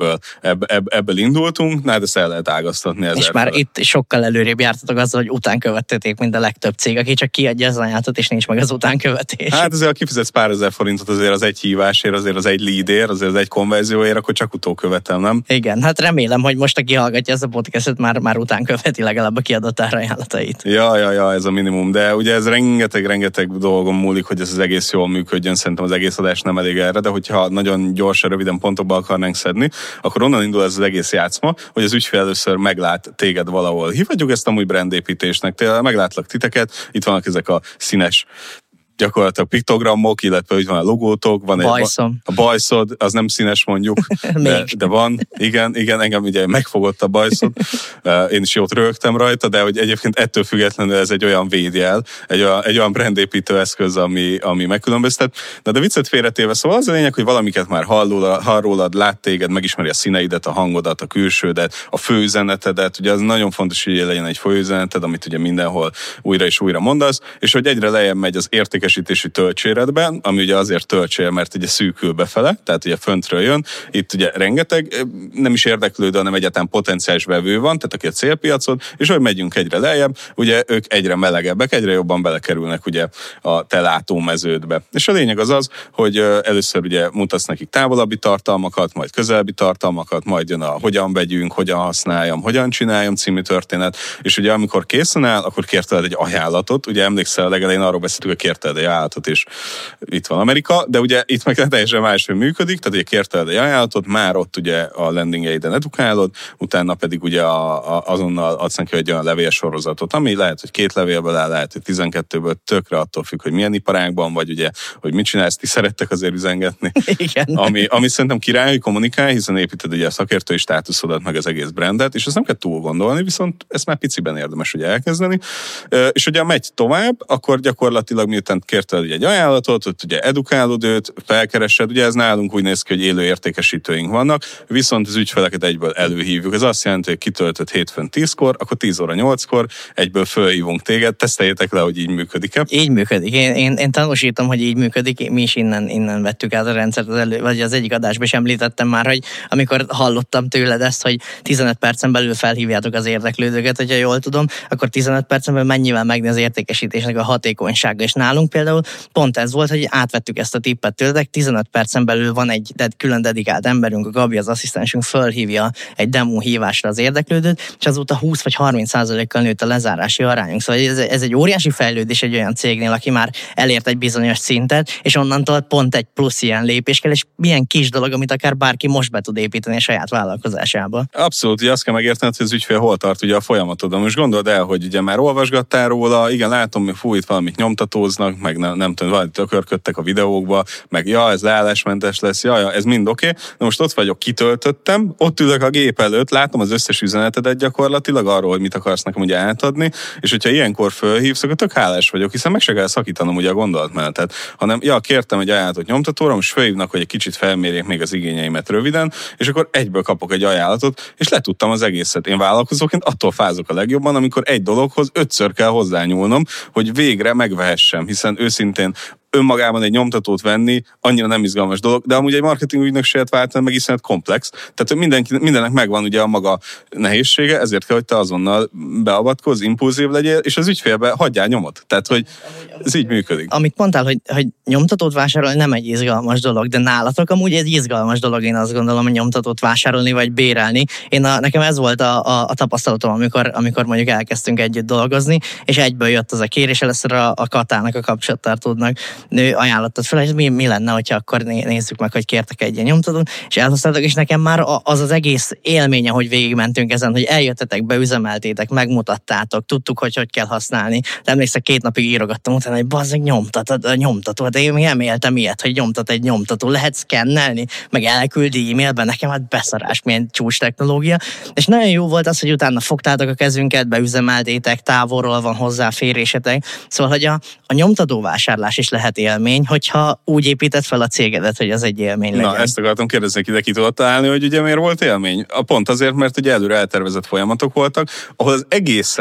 ebből indultunk, de ezt el lehet ágaztatni. És már itt sokkal előrébb jártatok azzal, hogy utánkövettétek, mint a legtöbb cég, aki csak kiadja az ajánlatot, és nincs meg az utánkövetés. Hát azért, ha kifizetsz pár ezer forintot azért az egy hívásért, azért az egy leadért, azért az egy konverzióért, akkor csak utókövetem, nem? Igen, hát remélem, hogy most aki hallgatja ezt a podcastot, már utánköveti legalább a kiadott árajánlatait. Ja, ez a minimum, de ugye ez rengeteg dolgon múlik, hogy ez az egész jól működjön, szerintem az egész adás nem elég erre, de hogyha nagyon gyorsan, röviden pontokba akarnánk szedni, akkor onnan indul ez az egész játszma, hogy az ügyfél először meglát téged valahol. Hívhatjuk ezt amúgy brandépítésnek, tényleg meglátlak titeket, itt vannak ezek a színes gyakorlatilag piktogramok, illetve úgy van a logótok, van a bajszod, az nem színes mondjuk, de van, igen, engem ugye megfogott a bajszod, én is jót rögtem rajta, de hogy egyébként ettől függetlenül ez egy olyan védjel, egy olyan brandépítő eszköz, ami megkülönböztet. De viccet félretéve, szóval az a lényeg, hogy valamiket már hall rólad, lát téged, megismeri a színeidet, a hangodat, a külsődet, a főüzenetedet, ugye az nagyon fontos, hogy legyen egy főüzeneted, amit ugye mindenhol újra és újra mondasz, és hogy egyre lejjebb megy az értékesítési töltséredben, ami ugye azért töltsér, mert ugye szűkül befele, tehát ugye föntről jön, itt ugye rengeteg nem is érdeklődő, hanem egyáltalán potenciális vevő van, tehát aki a célpiacod, és hogy megyünk egyre lejjebb, ugye ők egyre melegebbek, egyre jobban belekerülnek ugye a te látómeződbe. És a lényeg az, hogy először ugye mutatsz nekik távolabbi tartalmakat, majd közelebbi tartalmakat, majd jön a hogyan vegyünk, hogyan használjam, hogyan csináljam című történet, és ugye amikor készen áll, akkor kérted egy ajánlatot, ugye emlékszel, legelején arról beszéltük, hogy kérted egy ajánlatot, és itt van Amerika, de ugye itt meg teljesen máshogy működik, tehát ugye kérted egy ajánlatot, már ott ugye a landingjeiden edukálod, utána pedig ugye azonnal adsz neki egy olyan levélsorozatot, ami lehet, hogy 2 levélből áll, lehet, hogy 12-ből, tökre attól függ, hogy milyen iparágban vagy, ugye, hogy mit csinálsz, ti szerettek azért üzengetni. Igen. Ami szerintem király, hogy kommunikálj, hiszen építed ugye a szakértői státuszodat, meg az egész brandet, és ezt nem kell túl gondolni, viszont ezt már piciben érdemes ugye elkezdeni. És ugye megy tovább, akkor gyakorlatilag miután kérted egy ajánlatot, ott ugye edukálod őt, felkeresed, ugye ez nálunk úgy néz ki, hogy élő értékesítőink vannak, viszont az ügyfeleket egyből előhívjuk. Ez azt jelenti, hogy kitöltött hétfőn 10-kor, akkor 10 óra 8-kor egyből fölhívunk téged, teszteljétek le, hogy így működik-e. Így működik. Én tanúsítom, hogy így működik. Mi is innen vettük át a rendszert, vagy az egyik adásban is említettem már, hogy amikor hallottam tőled ezt, hogy 15 percen belül felhívjátok az érdeklődőket, hogyha jól tudom, akkor 15 percen belül mennyivel megni az értékesítésnek a hatékonysága. És nálunk például pont ez volt, hogy átvettük ezt a tippet tőletek, 15 percen belül van egy külön dedikált emberünk, a Gabi, az asszisztensünk fölhívja egy demo hívásra az érdeklődőt, és azóta 20 vagy 30%-kal nőtt a lezárási arányunk. Szóval ez egy óriási fejlődés egy olyan cégnél, aki már elért egy bizonyos szintet, és onnantól pont egy plusz ilyen lépés kell, és milyen kis dolog, amit akár bárki most be tud építeni a saját vállalkozásába. Abszolút, ugye azt kell megértened, hogy az ügyfél hol tart ugye a folyamatodon. Most gondold el, hogy ugye már olvasgattál róla, igen, látom, hogy fú, itt valamit nyomtatóznak, meg nem tudom, valamit tökörködtek a videókba, meg ez leállásmentes lesz, ez mind oké. De most ott vagyok, kitöltöttem, ott ülök a gép előtt, látom az összes üzenetedet gyakorlatilag arról, hogy mit akarsz nekem ugye átadni, és hogyha ilyenkor fölhívsz, akkor tök hálás vagyok, hiszen meg se kell szakítanom ugye a gondolatmenetet, hanem kértem egy ajánlatot nyomtatóra, most fölhívnak, hogy egy kicsit felmérjék még az igényeimet röviden, és akkor egyből kapok egy ajánlatot, és letudtam az egészet. Én vállalkozóként attól fázok a legjobban, amikor egy dologhoz 5-ször kell hozzányúlnom, hogy végre megvehessem, hiszen őszintén önmagában egy nyomtatót venni annyira nem izgalmas dolog, de amúgy egy marketing ügynökséget váltani meg iszonyat komplex. Tehát mindennek megvan ugye a maga nehézsége, ezért kell, hogy te azonnal beavatkozz, impulzív legyél, és az ügyfélbe hagyjál nyomot. Tehát, hogy ez így működik. Amit mondtál, hogy nyomtatót vásárolni nem egy izgalmas dolog, de nálatok amúgy egy izgalmas dolog, én azt gondolom, hogy nyomtatót vásárolni vagy bérelni. Nekem ez volt a tapasztalatom, amikor mondjuk elkezdtünk együtt dolgozni, és egyből jött az a kérés, először a Katának, a kapcsolattartódnak ajánlottad fel, és mi lenne, hogyha akkor nézzük meg, hogy kértek egy ilyen nyomtatót, és elhoztátok, és nekem már az egész élménye, hogy végigmentünk ezen, hogy eljöttetek, beüzemeltétek, megmutattátok, tudtuk, hogy kell használni. De emlékszem, 2 napig írogattam utána, hogy bazzeg, nyomtató, de én nem éltem ilyet, hogy nyomtat egy nyomtató, lehet szkennelni, meg elküldi e-mailben, nekem hát beszarás, milyen csúcs technológia. És nagyon jó volt az, hogy utána fogtátok a kezünket, beüzemeltétek, távolról van hozzáférésetek. Szóval, hogy a nyomtató vásárlás is lehet élmény, hogyha úgy építed fel a cégedet, hogy az egy élmény legyen. Na, ezt akartam kérdezni, ide ki tudod találni, hogy ugye miért volt élmény? Pont azért, mert ugye előre eltervezett folyamatok voltak, ahol az egészet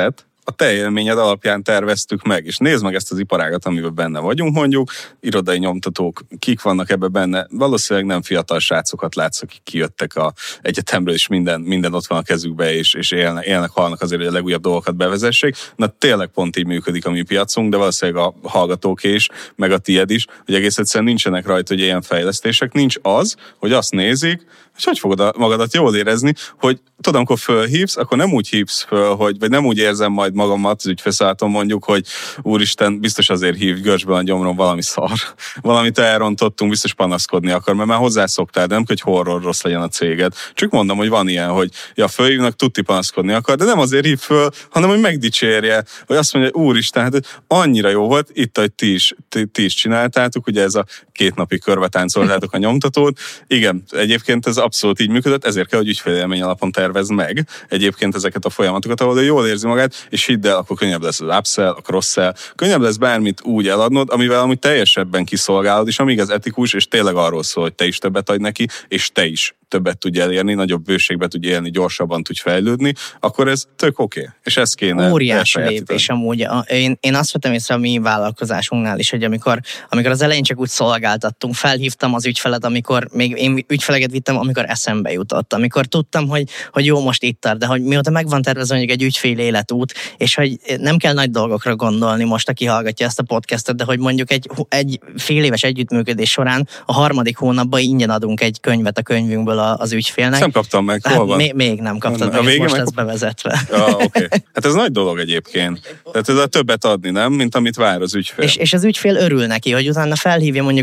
a te élményed alapján terveztük meg, és nézd meg ezt az iparágat, amiben benne vagyunk mondjuk, irodai nyomtatók, kik vannak ebbe benne, valószínűleg nem fiatal srácokat látsz, akik kijöttek a egyetemről, és minden ott van a kezükbe, és élnek, halnak azért, hogy a legújabb dolgokat bevezessék. Na tényleg pont így működik a mi piacunk, de valószínűleg a hallgatóké is, meg a tied is, hogy egész egyszerűen nincsenek rajta, hogy ilyen fejlesztések. Nincs az, hogy azt nézik, hogy fogod magadat jól érezni, hogy tudom, amikor fölhívsz, akkor nem úgy hívsz föl, vagy nem úgy érzem majd magamat az ügyfélszolgálaton mondjuk, hogy úristen, biztos azért hív görcsben a gyomrom valami szar. Valamit elrontottunk, biztos panaszkodni akar, mert már hozzászoktál, de nem, hogy horror rossz legyen a céged. Csak mondom, hogy van ilyen, hogy fölhívnak, tuti panaszkodni akar, de nem azért hív föl, hanem hogy megdicsérje, hogy azt mondja, hogy úristen, hát annyira jó volt, itt, hogy ti is csináltátok, ugye ez a 2 napig körbe táncoltátok a nyomtatót. Igen, egyébként ez abszolút így működött, ezért kell, hogy ügyfélélmény alapon tervezd meg egyébként ezeket a folyamatokat, ahol ő jól érzi magát, és hidd el, akkor könnyebb lesz az upsell, a cross-sell, könnyebb lesz bármit úgy eladnod, amivel amúgy teljesebben kiszolgálod, és amíg ez etikus, és tényleg arról szól, hogy te is többet adj neki, és te is többet tudj elérni, nagyobb bőségbe tudj élni, gyorsabban tudj fejlődni, akkor ez tök oké. És ez kéne. Óriási lépés amúgy. Én azt vettem észre a mi vállalkozásunknál is, hogy amikor az elején csak úgy szolgáltattunk, felhívtam az ügyfelet, amikor még én ügyfeleket vittem, amikor eszembe jutott. Amikor tudtam, hogy jó, most itt tart, de hogy mióta megvan tervezve mondjuk egy ügyfél életút, és hogy nem kell nagy dolgokra gondolni most, aki hallgatja ezt a podcastet, de hogy mondjuk egy fél éves együttműködés során a 3. hónapban ingyen adunk egy könyvet a könyvünkből az ügyfélnek. Nem kaptam meg, hol van? Még nem kaptad meg, és most lesz bevezetve. Okay. Hát ez nagy dolog egyébként. Tehát ez a többet adni, nem? Mint amit vár az ügyfél. És az ügyfél örül neki, hogy utána felhívja mondjuk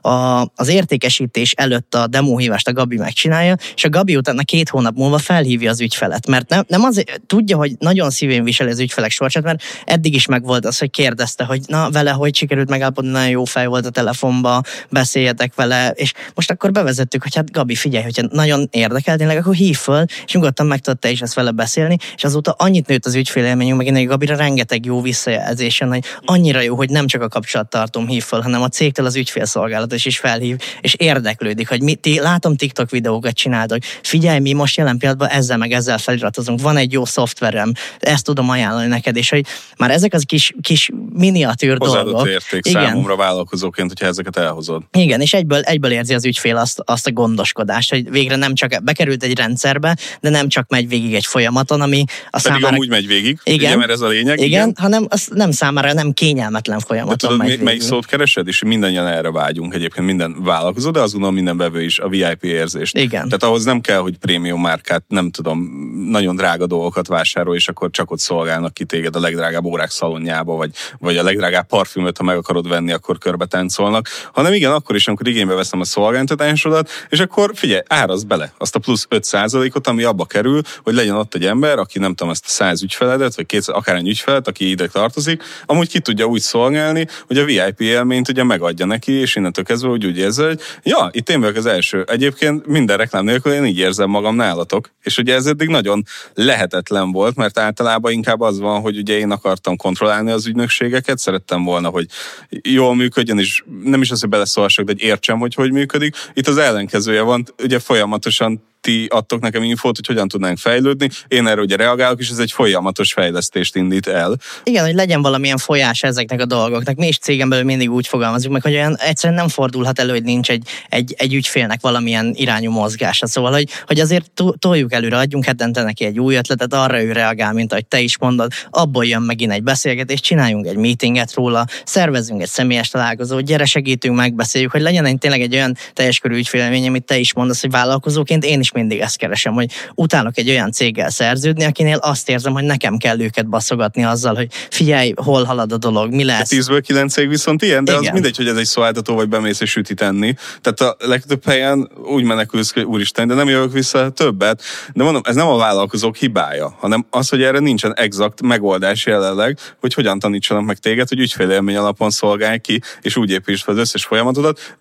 az értékesítés előtt a demóhívást a Gabi megcsinálja, és a Gabi utána 2 hónap múlva felhívja az ügyfelet. Mert nem azért, tudja, hogy nagyon szívén viseli az ügyfelek sorsát, mert eddig is megvolt az, hogy kérdezte, hogy na vele hogy sikerült megállapodni, nagyon jó fej volt a telefonba, beszéljetek vele, és most akkor bevezettük, hogy hát Gabi, figyelj, hogyha nagyon érdekel tényleg, akkor hív föl, és nyugodtan meg tudod te is ezt vele beszélni, és azóta annyit nőtt az ügyfélélményünk, meg én Gabira rengeteg jó visszajelzésen, hogy annyira jó, hogy nem csak a kapcsolattartóm hív föl, hanem a cégtől az ügyfélszolgálatos is felhív, és érdeklődik, hogy látom TikTok videókat csináltok, figyelj, mi most jelen pillanatban ezzel feliratozunk, van egy jó szoftverem, ezt tudom ajánlani neked, és hogy már ezek az kis miniatűr dolgok. Hozzáadott érték számomra vállalkozóként, hogyha ezeket elhozod. Igen, és egyből érzi az ügyfél azt a gondoskodást, hogy végre nem csak bekerült egy rendszerbe, de nem csak megy végig egy folyamaton, ami a pedig számára... amúgy megy végig, igen, ugye, mert ez a lényeg. Igen, hanem az nem számára nem kényelmetlen folyamaton de tudod, megy végig. melyik szót keresed? És mindannyian erre vágyunk egyébként, minden vállalkozó, de azt gondolom minden vevő is a VIP érzést. Igen. Tehát ahhoz nem kell, hogy prémium márkát, nem tudom, nagyon drága dolgokat vásárolj, és akkor csak ott szolgálnak ki téged a legdrágább órák szalonjába, vagy a legdrágább parfümöt, ha meg akarod venni, akkor körbe táncolnak. Hanem igen, akkor is, amikor igénybe veszem a szolgáltatásodat, és akkor figyelj, árazd bele azt a plusz 5%-ot, ami abba kerül, hogy legyen ott egy ember, aki nem tudom, ezt a 100 ügyfeledet, vagy 200, akár egy ügyfelet, aki ide tartozik, amúgy ki tudja úgy szolgálni, hogy a VIP élményt ugye megadja neki, és innentől kezdve úgy érzi, hogy ja, itt én vagyok az első. Egyébként minden reklám nélkül én így érzem magam nálatok. És ugye ez eddig nagyon lehetetlen volt, mert általában inkább az van, hogy ugye én akartam kontrollálni az ügynökségeket, szerettem volna, hogy jól működjön, és nem is az, hogy beleszólhassak, de hogy értsem, hogy működik. Itt az ellenkezője van, ugye folyamatosan ti adtok nekem infót, hogy hogyan tudnánk fejlődni. Én erre ugye reagálok, és ez egy folyamatos fejlesztést indít el. Igen, hogy legyen valamilyen folyás ezeknek a dolgoknak. Mi is cégen belül mindig úgy fogalmazunk meg, hogy olyan egyszerűen nem fordulhat elő, hogy nincs egy ügyfélnek valamilyen irányú mozgása. Szóval, hogy azért toljuk előre, adjunk hetente neki egy új ötletet, arra ő reagál, mint ahogy te is mondod, abból jön megint egy beszélgetés, csináljunk egy meetinget róla, szervezzünk egy személyes találkozót, gyere segítünk, megbeszéljük, hogy legyen tényleg egy olyan teljes körű ügyfélélmény, amit te is mondasz, hogy vállalkozóként én is mindig ezt keresem, hogy utálok egy olyan céggel szerződni, akinél azt érzem, hogy nekem kell őket baszogatni azzal, hogy figyelj, hol halad a dolog, mi lesz. 10-ből 9 cég viszont ilyen, de igen. Az mindegy, hogy ez egy szolgáltató, vagy bemész és sütit enni. Tehát a legtöbb helyen úgy menekülsz, hogy úristen, de nem jövök vissza többet. De mondom, ez nem a vállalkozók hibája, hanem az, hogy erre nincsen exakt megoldás jelenleg, hogy hogyan tanítsanak meg téged, hogy ügyfélélmény alapon szolgálj ki, és úgy építsd fel az összes folyamatodat.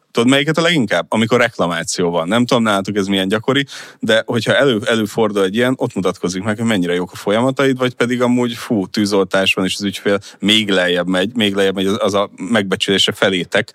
Tudod, melyiket a leginkább? Amikor reklamáció van. Nem tudom, nálatok ez milyen gyakori, de hogyha előfordul egy ilyen, ott mutatkozik meg, hogy mennyire jók a folyamataid, vagy pedig amúgy tűzoltás van, és az ügyfél még lejjebb megy az a megbecsülése felétek,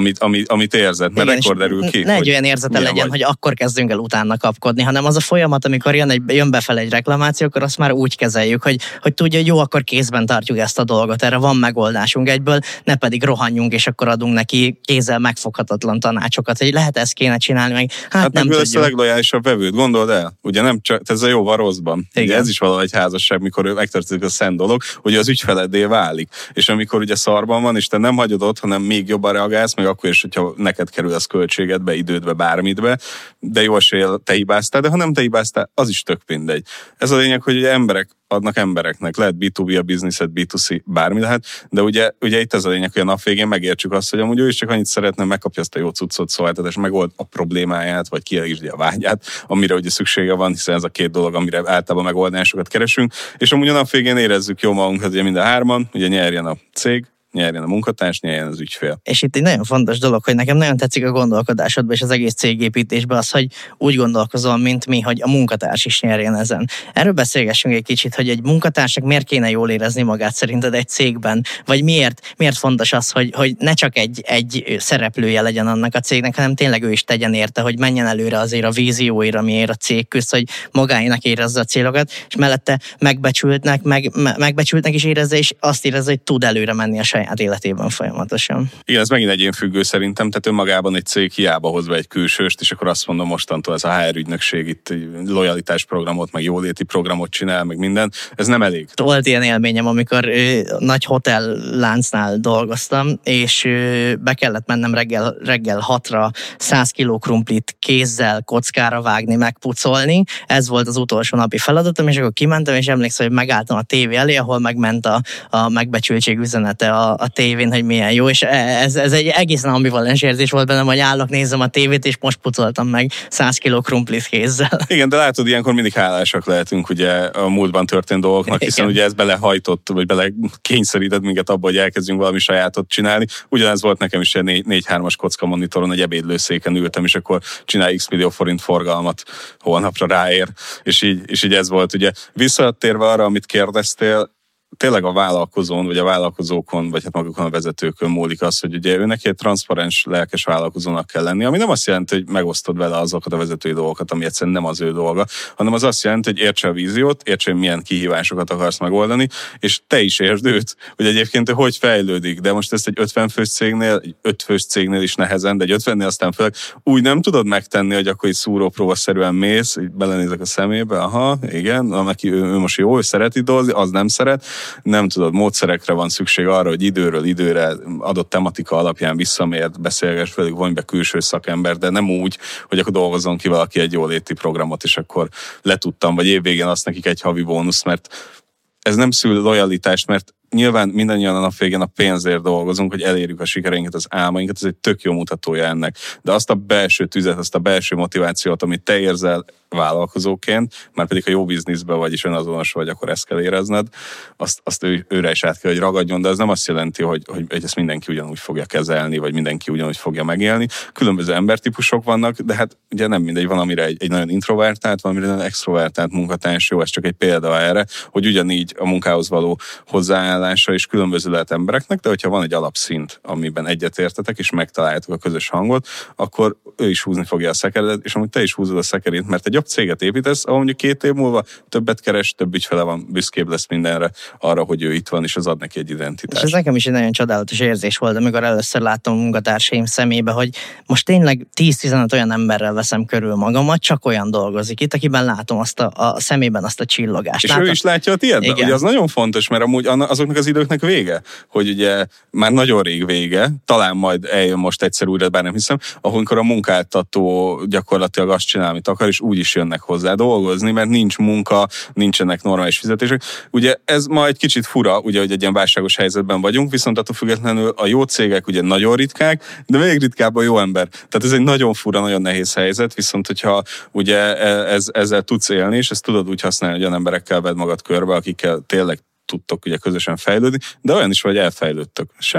amit érzed, mert igen, ekkor derül ki. Ne egy olyan érzete legyen, hogy akkor kezdünk el utána kapkodni, hanem az a folyamat, amikor jön befele egy reklamáció, akkor azt már úgy kezeljük, hogy tudja, hogy jó, akkor kézben tartjuk ezt a dolgot, erre van megoldásunk egyből, ne pedig rohanjunk, és akkor adunk neki kézzel megfoghatatlan tanácsokat, hogy lehet ezt kéne csinálni, meg hát nem tudjuk. Ez a leglojálisabb vevőd, gondold el? Ugye nem csak, ez a jó van rosszban. Ugye ez is valahogy házasság, mikor megtörténik a szent dolog, hogy az ügyfeleddé válik. És amikor ugye szarban van, és te nem hagyod ott, hanem még jobban reagálsz, meg akkor is, hogyha neked kerül az költségedbe, idődbe, bármitbe, de jó eséllyel te hibáztál, de ha nem te hibáztál, az is tök mindegy. Ez a lényeg, hogy ugye emberek adnak embereknek. Lehet B2B a bizniszet, B2C, bármi lehet, de ugye itt ez a lényeg, hogy a nap végén megértsük azt, hogy amúgy ő is csak annyit szeretne, megkapja azt a jó cuccot, szolgáltatás, megold a problémáját, vagy kielégíti a vágyát, amire ugye szüksége van, hiszen ez a két dolog, amire általában megoldásokat keresünk, és amúgy a nap végén érezzük jó magunkat, ugye mind a hárman, ugye nyerjen a cég, nyerjen a munkatárs, nyerjen az ügyfél. És itt egy nagyon fontos dolog, hogy nekem nagyon tetszik a gondolkodásodban és az egész cégépítésben az, hogy úgy gondolkozol, mint mi, hogy a munkatárs is nyerjen ezen. Erről beszélgessünk egy kicsit, hogy egy munkatársnak miért kéne jól érezni magát szerinted egy cégben, vagy miért fontos az, hogy ne csak egy szereplője legyen annak a cégnek, hanem tényleg ő is tegyen érte, hogy menjen előre azért a vízióira, miért a cég küzd, hogy magáénak érezze a célokat, és mellette megbecsültnek is érezze, és azt érezze, hogy tud előre menni a saját életében folyamatosan. Igen, ez megint egyénfüggő szerintem, tehát önmagában egy cég hiába hoz be egy külsőst, és akkor azt mondom, mostantól ez a HR ügynökség itt lojalitás programot, meg jóléti programot csinál, meg minden, ez nem elég. Volt ilyen élményem, amikor nagy hotelláncnál dolgoztam, és be kellett mennem reggel 6-ra 100 kiló krumplit kézzel kockára vágni, megpucolni. Ez volt az utolsó napi feladatom, és akkor kimentem, és emlékszem, hogy megálltam a tévé elé, ahol megment a megbecsültség üzenete a tévén, hogy milyen jó, és ez egy egészen ambivalens érzés volt bennem, hogy állok, nézem a tévét, és most pucoltam meg 100 kiló krumplit kézzel. Igen, de látod, ilyenkor mindig hálásak lehetünk ugye a múltban történt dolgoknak, hiszen ugye ez belehajtott, vagy belekényszerített minket abba, hogy elkezdjünk valami sajátot csinálni. Ugyanez volt nekem is egy 4-3-as kocka monitoron, egy ebédlőszéken ültem, és akkor csinál x millió forint forgalmat holnapra ráér, és így ez volt. Ugye visszatérve arra, amit kérdeztél, tényleg a vállalkozón, vagy a vállalkozókon, vagy hát magukon a vezetőkön múlik az, hogy ugye őnek egy transzparens, lelkes vállalkozónak kell lenni, ami nem azt jelenti, hogy megosztod vele azokat a vezetői dolgokat, ami egyszerűen nem az ő dolga, hanem az azt jelenti, hogy értse a víziót, értse, hogy milyen kihívásokat akarsz megoldani, és te is értsd őt, hogy egyébként hogy fejlődik, de most ezt egy 50 fős cégnél, egy 5 fős cégnél is nehezen, de egy 50-nél aztán főleg úgy nem tudod megtenni, hogy akkor így szúrópróbaszerűen mész, így belenézek a szemébe, aha, igen, neki ő most jó, ő szereti dolgozni, az nem szeret. Nem tudod, módszerekre van szükség arra, hogy időről időre adott tematika alapján visszamért, beszélgess velük, vonj be külső szakember, de nem úgy, hogy akkor dolgozzon ki valaki egy jóléti programot, és akkor letudtam, vagy évvégén azt nekik egy havi bónusz, mert ez nem szül lojalitást, mert nyilván mindannyian a nap végén a pénzért dolgozunk, hogy elérjük a sikereinket, az álmainkat, ez egy tök jó mutatója ennek. De azt a belső tüzet, azt a belső motivációt, amit te érzel vállalkozóként, már pedig a jó bizniszben vagy is önazonos vagy, akkor ezt kell érezned, azt őre is át kell, hogy ragadjon, de ez nem azt jelenti, hogy ezt mindenki ugyanúgy fogja kezelni, vagy mindenki ugyanúgy fogja megélni. Különböző embertípusok vannak, de hát ugye nem mindegy, van, amire egy nagyon introvertált, van, amire nagyon extrovertált munkatárs jó, ez csak egy példa erre, hogy ugyanígy a munkához való hozzáállása is különböző lehet embereknek, de hogyha van egy alapszint, amiben egyetértetek, és megtaláljátok a közös hangot, akkor ő is húzni fogja a szekeredet, és amúgy te is húzod a szekerét, mert egy jobb céget építesz, ahol mondjuk 2 év múlva többet keres, több ügyfele van, büszkébb lesz mindenre, arra, hogy ő itt van, és az ad neki egy identitást. És ez nekem is egy nagyon csodálatos érzés volt, amikor először láttam a munkatársaim szemébe, hogy most tényleg 10-15 olyan emberrel veszem körül magamat, csak olyan dolgozik itt, akiben látom azt a szemében azt a csillogást. És ő is látja a tiédben, ugye az nagyon fontos, mert amúgy azoknak az időknek vége, hogy ugye már nagyon rég vége, talán majd eljön most egyszer újra, bár nem hiszem, amikor a munkáltató gyakorlatilag azt csinál, amit akar, és úgy is jönnek hozzá dolgozni, mert nincs munka, nincsenek normális fizetések. Ugye ez ma egy kicsit fura, ugye, hogy egy ilyen válságos helyzetben vagyunk, viszont attól függetlenül a jó cégek ugye nagyon ritkák, de még ritkább a jó ember. Tehát ez egy nagyon fura, nagyon nehéz helyzet, viszont hogyha ugye ezzel tudsz élni, és ezt tudod úgy használni, hogy olyan emberekkel vedd magad körbe, akikkel tényleg tudtok ugye közösen fejlődni, de olyan is, hogy elfejlődtök. Semmi baj.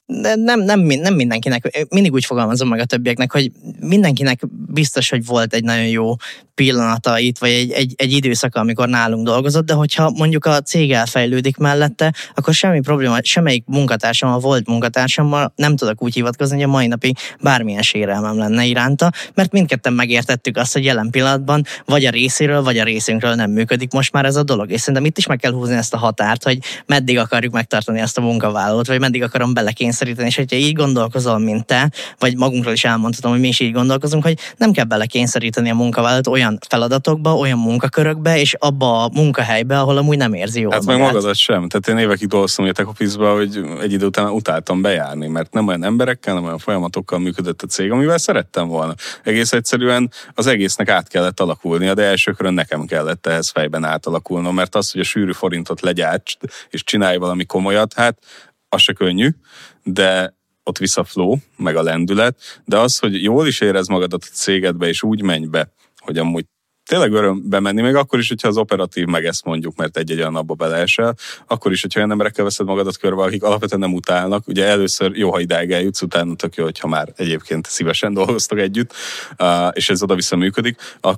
De nem mindenkinek, mindig úgy fogalmazom meg a többieknek, hogy mindenkinek biztos, hogy volt egy nagyon jó pillanata itt, vagy egy időszaka, amikor nálunk dolgozott, de hogyha mondjuk a cég elfejlődik mellette, akkor semmi probléma, semmelyik munkatársammal, volt munkatársammal nem tudok úgy hivatkozni, hogy a mai napig bármilyen sérelmem lenne iránta, mert mindketten megértettük azt, hogy jelen pillanatban vagy a részéről, vagy a részünkről nem működik most már ez a dolog. És szerintem itt is meg kell húzni ezt a határt, hogy meddig akarjuk megtartani ezt a munkavállalót, vagy meddig akarom belekényszeríteni, és hogyha így gondolkozol, mint te, vagy magunkról is elmondhatom, hogy mi is így gondolkozunk, hogy nem kell belekényszeríteni a munkavállalót olyan feladatokba, olyan munkakörökbe, és abba a munkahelybe, ahol amúgy nem érzi jól magát. Hát meg magadat sem. Tehát én évekig dolgoztam a Tech Office-ba, hogy egy idő után utáltam bejárni, mert nem olyan emberekkel, nem olyan folyamatokkal működött a cég, amivel szerettem volna. Egész egyszerűen az egésznek át kellett alakulnia, de első körön nekem kellett ehhez fejben átalakulnom, mert az, hogy a sűrű forintot legyárts és csinálj valami komolyat, hát az se könnyű, de ott visz a flow, meg a lendület, de az, hogy jól is érez magadat a cégedbe, és úgy menj be, hogy amúgy tényleg örömbe menni, még akkor is, hogyha az operatív meg ezt mondjuk, mert egy olyan napba beleesel, akkor is, hogyha olyan emberekkel veszed magadat körbe, akik alapvetően nem utálnak, ugye először jó, ha idáig eljutsz, utána tök jó, hogyha már egyébként szívesen dolgoztok együtt, és ez oda-vissza működik,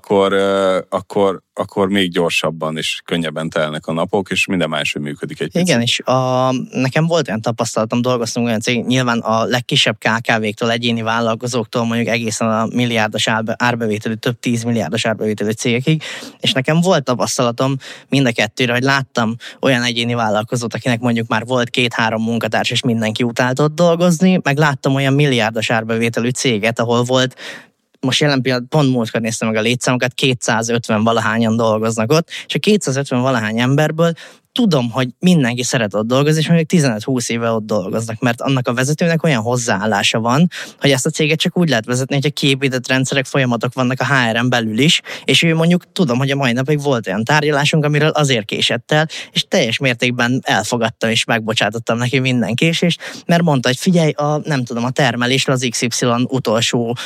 akkor még gyorsabban és könnyebben telnek a napok, és minden máshogy működik egy picit. Igen, és nekem volt olyan tapasztalatom, dolgoztunk olyan cég, nyilván a legkisebb KKV-któl, egyéni vállalkozóktól mondjuk egészen a milliárdos árbevételű, több 10 milliárdos árbevételű cégekig, és nekem volt tapasztalatom mind a kettőre, hogy láttam olyan egyéni vállalkozót, akinek mondjuk már volt 2-3 munkatárs, és mindenki utált ott dolgozni, meg láttam olyan milliárdos árbevételű céget, ahol volt, most jelen pillanatban pont múltkor néztem meg a létszámokat, 250 valahányan dolgoznak ott, és a 250 valahány emberből tudom, hogy mindenki szeret ott dolgozni, és mondjuk 15-20 éve ott dolgoznak, mert annak a vezetőnek olyan hozzáállása van, hogy ezt a céget csak úgy lehet vezetni, hogyha kiépített rendszerek, folyamatok vannak a HR-en belül is, és ő mondjuk tudom, hogy a mai napig volt olyan tárgyalásunk, amiről azért késett el, és teljes mértékben elfogadtam és megbocsátottam neki minden késést, mert mondta, hogy figyelj, a termelésre az XY utolsó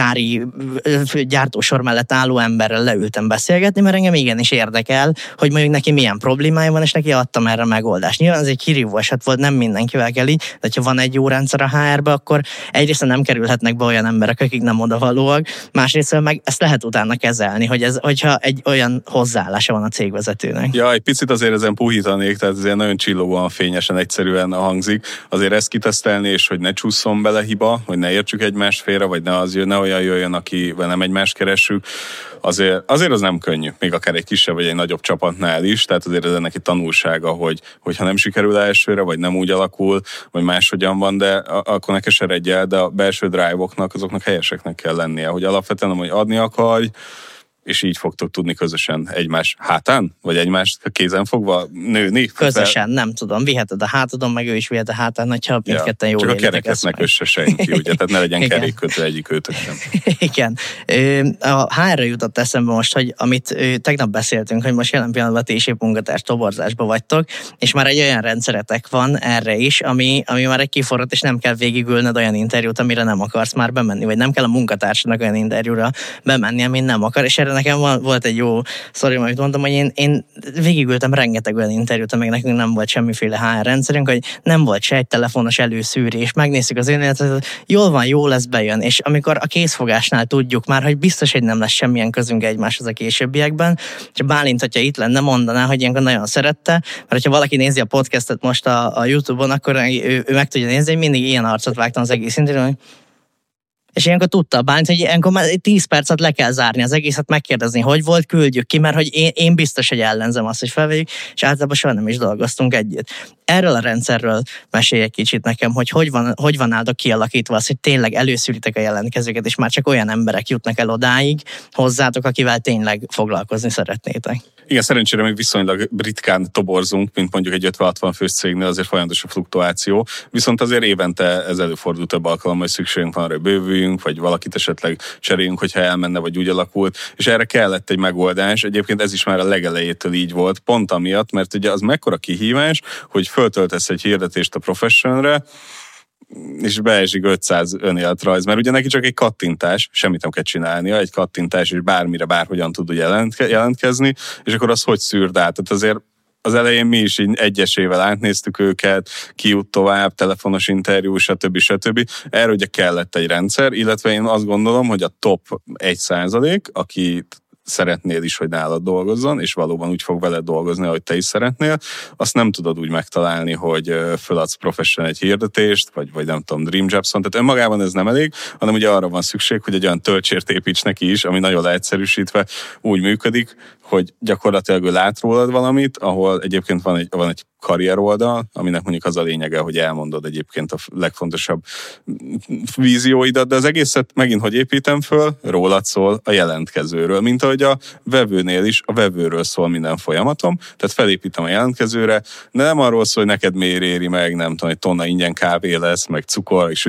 gyártósor mellett álló emberrel leültem beszélgetni, mert engem igenis érdekel, hogy mondjuk neki milyen problémája van, és neki adtam erre megoldást. Nyilván ez egy kirívó eset volt, nem mindenkivel kell így, de ha van egy jó rendszer a HR-be, akkor egyrészt nem kerülhetnek be olyan emberek, akik nem odavalóak, másrészt meg ezt lehet utána kezelni, hogyha egy olyan hozzáállása van a cégvezetőnek. Ja, egy picit azért ezen puhítanék, tehát azért nagyon csillogóan, fényesen, egyszerűen hangzik. Azért ezt kitesztelni, és hogy ne csúszson bele hiba, hogy ne értsük egymást félre, vagy ne olyan jöjjön, akivel nem egymást keressük. Azért az nem könnyű, még akár egy kisebb vagy egy nagyobb csapatnál is, tehát azért ez ennek egy tanulsága, hogyha nem sikerül elsőre, vagy nem úgy alakul, vagy máshogyan van, de akkor ne keseredj el, de a belső drive-oknak, azoknak helyeseknek kell lennie, hogy alapvetően, hogy adni akarj, és így fogtok tudni közösen egymás hátán, vagy egymást kézen fogva nőni? Közösen, nem tudom, viheted a hátadon, meg ő is vihet a hátán, hogyha mindketten jól csak a kereket ne kösse senki, ugye, tehát ne legyen kerékkötő egyik őtök sem. Igen. A HR-re jutott eszembe most, hogy amit tegnap beszéltünk, hogy most jelen pillanatban ti is épp munkatárs toborzásba vagytok, és már egy olyan rendszeretek van erre is, ami már egy kiforrott, és nem kell végigülned olyan interjút, amire nem akarsz már bemenni, vagy nem kell a munkatársadnak olyan interjúra bemenni, amin nem akar, és erre nekem volt egy jó sztori, amit mondtam, hogy én végigültem rengeteg olyan interjút, amíg nekünk nem volt semmiféle HR rendszerünk, hogy nem volt se egy telefonos előszűrés, megnézzük az önéletet, jól van, jó lesz, bejön, és amikor a készfogásnál tudjuk már, hogy biztos, hogy nem lesz semmilyen közünk egymáshoz a későbbiekben, és Bálint, hogyha itt lenne, mondaná, hogy ilyenkor nagyon szerette, mert hogyha valaki nézi a podcastet most a YouTube-on, akkor ő meg tudja nézni, hogy mindig ilyen arcot vágtam az egész interjún, és ilyenkor tudta a Bálint, hogy ilyenkor már 10 percet le kell zárni az egészet, megkérdezni, hogy volt, küldjük ki, mert hogy én biztos, hogy ellenzem azt, hogy felvegyük, és általában soha nem is dolgoztunk együtt. Erről a rendszerről mesélj egy kicsit nekem, hogy van nálatok kialakítva az, hogy tényleg előszűritek a jelentkezőket, és már csak olyan emberek jutnak el odáig hozzátok, akivel tényleg foglalkozni szeretnétek. Igen, szerencsére még viszonylag ritkán toborzunk, mint mondjuk egy 50-60 fős cégnél, azért folyamatos a fluktuáció, viszont azért évente ez előfordul több alkalommal, hogy szükségünk van arra, hogy bővüljünk, vagy valakit esetleg cseréljünk, hogyha elmenne, vagy úgy alakult, és erre kellett egy megoldás. Egyébként ez is már a legelejétől így volt, pont amiatt, mert ugye az mekkora kihívás, hogy föltöltesz egy hirdetést a Professionre, és beesik 500 önéletrajz, mert ugye neki csak egy kattintás, semmit nem kell csinálnia, egy kattintás, és bármire, bárhogyan tud jelentkezni, és akkor az hogy szűrd át? Tehát azért az elején mi is így egyesével átnéztük őket, ki jut tovább, telefonos interjú, stb. Erre ugye kellett egy rendszer, illetve én azt gondolom, hogy a top 1%, aki szeretnél is, hogy nálad dolgozzon, és valóban úgy fog veled dolgozni, ahogy te is szeretnél, azt nem tudod úgy megtalálni, hogy föladsz professional egy hirdetést, vagy nem tudom, Dream Jobson, tehát önmagában ez nem elég, hanem ugye arra van szükség, hogy egy olyan töltsért építs neki is, ami nagyon leegyszerűsítve úgy működik, hogy gyakorlatilag ő lát rólad valamit, ahol egyébként van egy karrier oldal, aminek mondjuk az a lényege, hogy elmondod egyébként a legfontosabb vízióidat, de az egészet megint hogy építem föl, rólad szól a jelentkezőről, mint ahogy a vevőnél is, a vevőről szól minden folyamatom, tehát felépítem a jelentkezőre, de nem arról szól, hogy neked miért éri meg, nem tudom, hogy tonna ingyen kávé lesz, meg cukor, és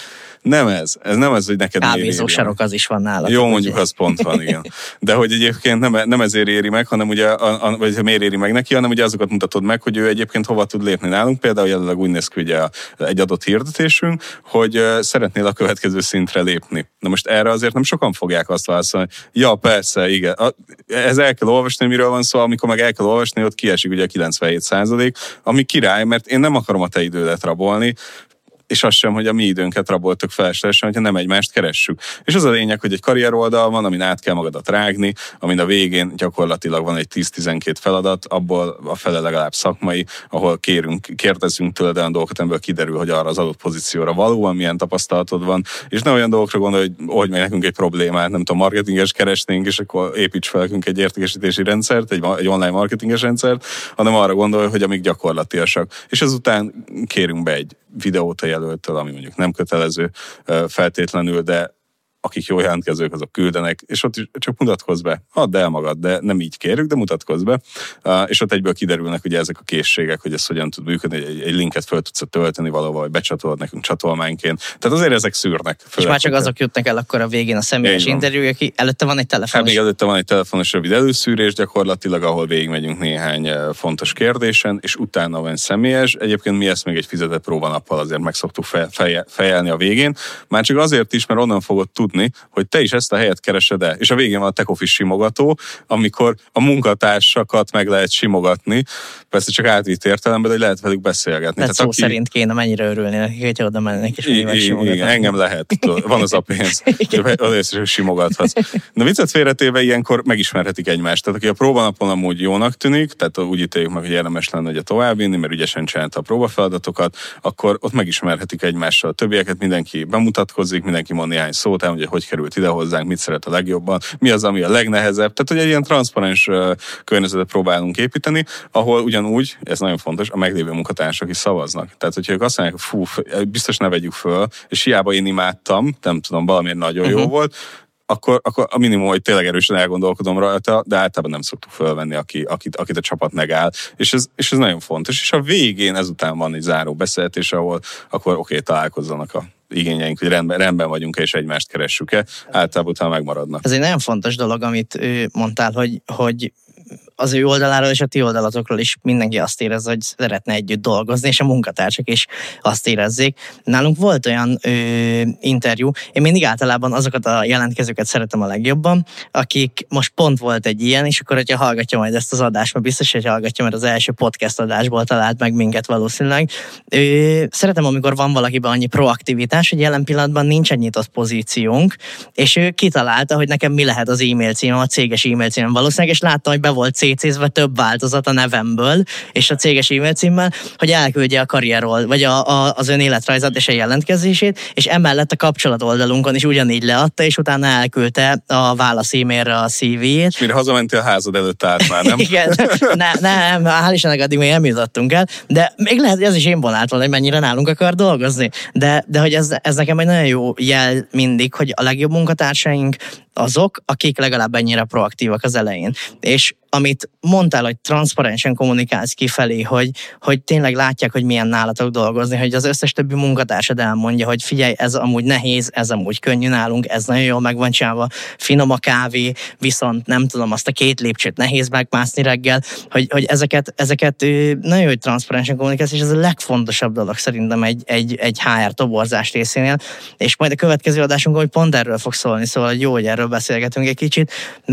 nem ez nem ez, hogy neked miért éri meg. Kávézósarok az is van nála. Jó, mondjuk az pont van, igen. De hogy egyébként nem ezért éri meg, hanem ugye, vagy miért éri meg neki, hanem ugye azokat mutatod meg, hogy ő egyébként hova tud lépni nálunk. Például jelenleg úgy néz ki ugye egy adott hirdetésünk, hogy szeretnél a következő szintre lépni. Na most erre azért nem sokan fogják azt válaszolni, ja persze, igen. Ez el kell olvasni, miről van szó, amikor meg el kell olvasni, ott kiesik ugye 97%, ami király, mert én nem akarom a te idődet rabolni, és az sem, hogy a mi időnket raboltok feleslegesen, hogyha nem egymást keressük. És az a lényeg, hogy egy karrieroldal van, amin át kell magadat rágni, amin a végén gyakorlatilag van egy 10-12 feladat, abból a fele legalább szakmai, ahol kérdezzünk tőled olyan dolgokat, amiből kiderül, hogy arra az adott pozícióra valóban milyen tapasztalatod van, és ne olyan dolgokra gondolj, hogy oldj meg nekünk egy problémát, nem tudom, marketinges keresnénk, és akkor építs fel nekünk egy értékesítési rendszert, egy online marketinges rendszert, hanem arra gondolj, hogy amik gyakorlatiasak. És ezután kérünk be egy videót a jelöltől, ami mondjuk nem kötelező feltétlenül, de akik jó jelentkezők, azok küldenek, és ott is csak mutatkozz be, add el magad, de nem így kérjük, de mutatkozz be, és ott egyből kiderülnek ugye ezek a készségek, hogy ez hogyan tud működni, egy linket föl tudsz tölteni valahol, vagy becsatolod nekünk csatolmányként. Tehát azért ezek szűrnek. És már csak azok jutnak el akkor a végén a személyes interjú, aki előtte van egy telefonos. Hát még előtte van egy telefonos rövid előszűrés gyakorlatilag, ahol végigmegyünk néhány fontos kérdésen, és utána van személyes. Egyébként mi ezt még egy fizetett próbanappal azért meg szoktuk fejelni a végén. Már csak azért is, mert onnan fogod tudni, hogy te is ezt a helyet keresed el. És a végén van a Tech Office simogató, amikor a munkatársakat meg lehet simogatni, persze csak átvitt értelemben, de lehet velük beszélgetni. Tehát szó szerint kéne, mennyire örülni nekik, hogy oda mennek és igen, engem lehet. Van az a pénz. Azért is simogathatsz. Na viccet félretéve ilyenkor megismerhetik egymást. Tehát aki a próbanapon amúgy jónak tűnik, tehát úgy ítéljük meg, hogy érdemes lenne ugye továbbvinni, mert ügyesen csinálta a próbafeladatokat, akkor ott megismerhetik egymással a többieket, mindenki bemutatkozik, mindenki mond néhány szót, hogy került ide hozzánk, mit szeret a legjobban, mi az, ami a legnehezebb. Tehát, hogy egy ilyen transzparens környezetet próbálunk építeni, ahol ugyanúgy, ez nagyon fontos, a meglévő munkatársak is szavaznak. Tehát, hogyha ők azt mondják, biztos ne vegyük föl, és hiába én imádtam, nem tudom, valamiért nagyon jó volt, akkor a minimum, hogy tényleg erősen elgondolkodom rajta, de általában nem szoktuk fölvenni, akit a csapat megáll. És ez nagyon fontos. És a végén ezután van egy záró beszélgetés, ahol akkor találkozzanak a igényeink, hogy rendben vagyunk-e, és egymást keressük-e, általában utána megmaradnak. Ez egy nagyon fontos dolog, amit mondtál, hogy az ő oldaláról és a ti oldalatokról is mindenki azt érez, hogy szeretne együtt dolgozni, és a munkatársak is azt érezzék. Nálunk volt olyan interjú, én mindig általában azokat a jelentkezőket szeretem a legjobban, akik most pont volt egy ilyen, és akkor, hogyha hallgatja majd ezt az adást, mert biztos, hogy hallgatja, mert az első podcast adásból talált meg minket valószínűleg. Szeretem, amikor van valakiben annyi proaktivitás, hogy jelen pillanatban nincs egy nyitott pozíciónk, és ő kitalálta, hogy nekem mi lehet az e-mail címem, a céges e-mail címem valószínűleg, és láttam, hogy be volt CC-zve több változat a nevemből, és a céges e-mail címmel, hogy elküldje a karrierról, vagy az ön életrajzát és a jelentkezését, és emellett a kapcsolat oldalunkon is ugyanígy leadta, és utána elküldte a válasz e-mailre a CV-jét. És mire hazamentél a házad előtt állt már, nem? Igen, nem, hál' Istennek addig még nem jutottunk el, de még lehet, hogy ez is imponált volna, hogy mennyire nálunk akar dolgozni. De hogy ez nekem egy nagyon jó jel mindig, hogy a legjobb munkatársaink azok, akik legalább ennyire proaktívak az elején. És amit mondtál, hogy transzparensen kommunikálsz kifelé, hogy tényleg látják, hogy milyen nálatok dolgozni, hogy az összes többi munkatársad elmondja, hogy figyelj, ez amúgy nehéz, ez amúgy könnyű nálunk, ez nagyon jól meg van csinálva, finom a kávé, viszont nem tudom, azt a 2 lépcsőt nehéz megmászni reggel, hogy ezeket nagyon jó transzparensen kommunikálsz, és ez a legfontosabb dolog szerintem egy HR toborzás részénél, és majd a következő adásunkon, hogy pont erről fog szólni, szóval hogy jó, hogy erről beszélgetünk egy kicsit, mert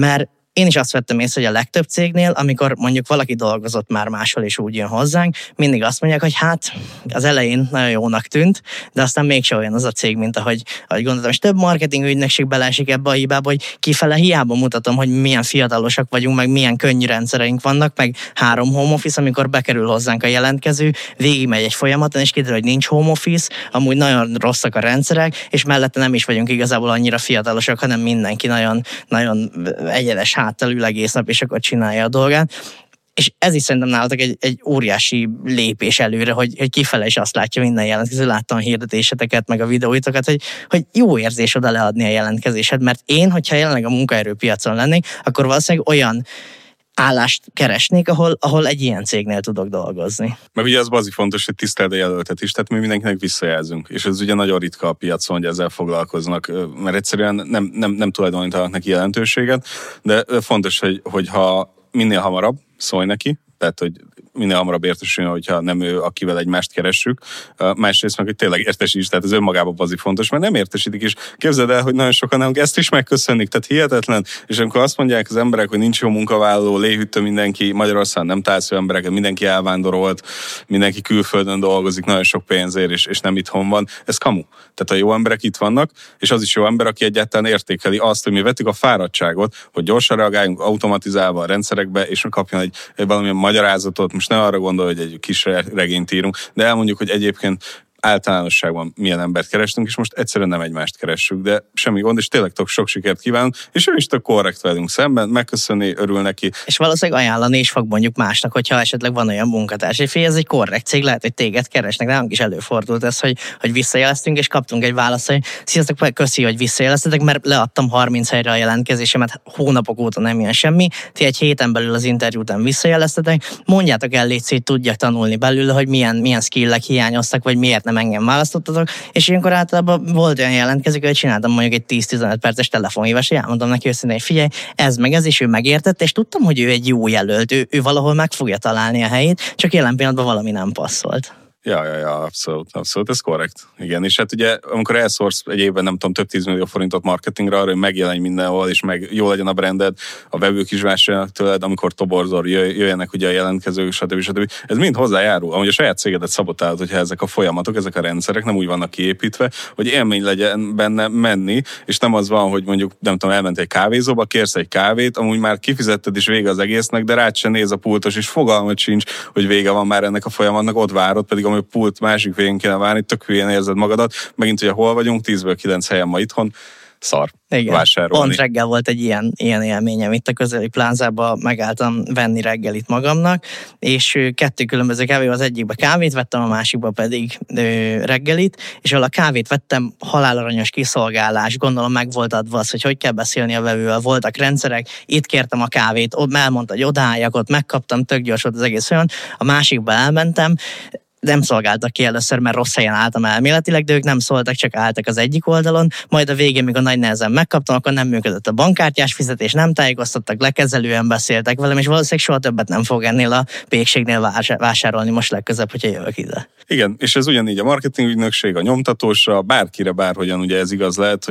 én is azt vettem észre, hogy a legtöbb cégnél, amikor mondjuk valaki dolgozott már máshol és úgy jön hozzánk, mindig azt mondják, hogy hát az elején nagyon jónak tűnt, de aztán mégse olyan az a cég, mint ahogy gondoltam. És több marketing ügynökség beleesik ebbe a hibába, hogy kifele hiába mutatom, hogy milyen fiatalosak vagyunk, meg milyen könnyű rendszereink vannak, meg 3 home office, amikor bekerül hozzánk a jelentkező, végigmegy egy folyamaton, és kiderül, hogy nincs home office, amúgy nagyon rosszak a rendszerek, és mellette nem is vagyunk igazából annyira fiatalosak, hanem mindenki nagyon, nagyon egyenes háttal ül egész nap, és akkor csinálja a dolgát. És ez is szerintem nálatok egy óriási lépés előre, hogy kifele is azt látja minden jelentkező. Láttam a hirdetéseteket, meg a videóitokat, hogy jó érzés oda leadni a jelentkezésed, mert én, hogyha jelenleg a munkaerőpiacon lennék, akkor valószínűleg olyan állást keresnék, ahol egy ilyen cégnél tudok dolgozni. Meg ugye az bazi fontos, hogy tiszteld a jelöltet is, tehát mi mindenkinek visszajelzünk, és ez ugye nagyon ritka a piacon, hogy ezzel foglalkoznak, mert egyszerűen nem tulajdonítanak neki jelentőséget, de fontos, hogy ha minél hamarabb szólj neki, tehát hogy minél hamarabb értesüljön, hogyha nem ő, akivel egymást keressük. Másrészt meg, hogy tényleg értesíts, tehát ez önmagában bazi fontos, mert nem értesítik, és képzeld el, hogy nagyon sokan nálunk ezt is megköszönnik, tehát hihetetlen, és amikor azt mondják az emberek, hogy nincs jó munkavállaló, léhűtő mindenki, Magyarországon nem találsz olyan embereket, mindenki elvándorolt, mindenki külföldön dolgozik nagyon sok pénzért, és nem itthon van, ez kamu. Tehát a jó emberek itt vannak, és az is jó ember, aki egyáltalán értékeli azt, hogy mi vettük a fáradtságot, hogy gyorsan reagáljunk automatizálva a rendszerekbe, és kapjon egy valamilyen magyarázatot. Most ne arra gondolj, hogy egy kis regényt írunk, de elmondjuk, hogy egyébként általánosságban milyen embert kerestünk, és most egyszerűen nem egymást keressük, de semmi gond, és tényleg sok sikert kívánunk, és ő is tök korrekt velünk szemben, megköszönni, örül neki. És valószínűleg ajánlani is fog mondjuk másnak, hogyha esetleg van olyan munkatárs, és ez egy korrekt cég, lehet, hogy téged keresnek, nálunk is előfordult ez, hogy visszajeleztünk, és kaptunk egy választ, hogy sziasztok, köszi, hogy visszajeleztetek, mert leadtam 30 helyre a jelentkezésemet, hónapok óta nem jön semmi, ti egy héten belül az interjú után visszajeleztetek, mondjátok el, légy szét, tudjak tanulni belőle, hogy milyen skillek hiányoztak, vagy miért nem engem választottatok, és ilyenkor általában volt olyan jelentkező, hogy csináltam mondjuk egy 10-15 perces telefonhívás, és elmondom neki őszintén, hogy figyelj, ez meg ez, és ő megértette, és tudtam, hogy ő egy jó jelölt, ő valahol meg fogja találni a helyét, csak jelen pillanatban valami nem passzolt. Ja, abszolút, ez korrekt. Igen, és hát ugye, amikor elszórsz egy évben, nem tudom, több 10 millió forintot marketingre, arra, hogy megjelenj mindenhol, és meg jó legyen a branded, a vevők is vásárolnak tőled, amikor toborzol, jöjjenek ugye a jelentkezők, stb. Ez mind hozzájárul. Amúgy a saját cégedet szabotálod, hogyha ezek a folyamatok, ezek a rendszerek nem úgy vannak kiépítve, hogy élmény legyen benne menni, és nem az van, hogy mondjuk, nem tudom, elment egy kávézóba, kérsz egy kávét, amúgy már kifizetted is vége az egésznek, de rád se néz a pultos, és fogalmat sincs, hogy vége van már ennek a folyamatnak, ott várod, pedig a pult másik végén kéne várni, tök hülyén érzed magadat. Megint ugye hol vagyunk, 10-ből 9 helyen ma itthon, szar. Igen. Vásárolni. Pont reggel volt egy ilyen élményem. Itt a közeli plázában megálltam venni reggelit magamnak, és 2 különböző kávé, az egyikbe kávét vettem, a másikba pedig reggelit, és ahol a kávét vettem, halálaranyos kiszolgálás, gondolom meg volt adva az, hogy kell beszélni a vevővel, voltak rendszerek, itt kértem a kávét, elmondta, hogy odaálljak, ott megkaptam, tök gyors volt az egész olyan, a másikba elmentem, nem szolgáltak ki először, mert rossz helyen álltam elméletileg, de ők nem szóltak, csak álltak az egyik oldalon, majd a végén, mikor nagy nehezen megkaptam, akkor nem működött a bankkártyás fizetés, nem tájékoztattak, lekezelően beszéltek velem, és valószínűleg soha többet nem fog ennél a pékségnél vásárolni most legközebb, hogyha jövök ide. Igen, és ez ugyanígy a marketingügynökség, a nyomtatósra, bárkire, bárhogyan ugye ez igaz lehet,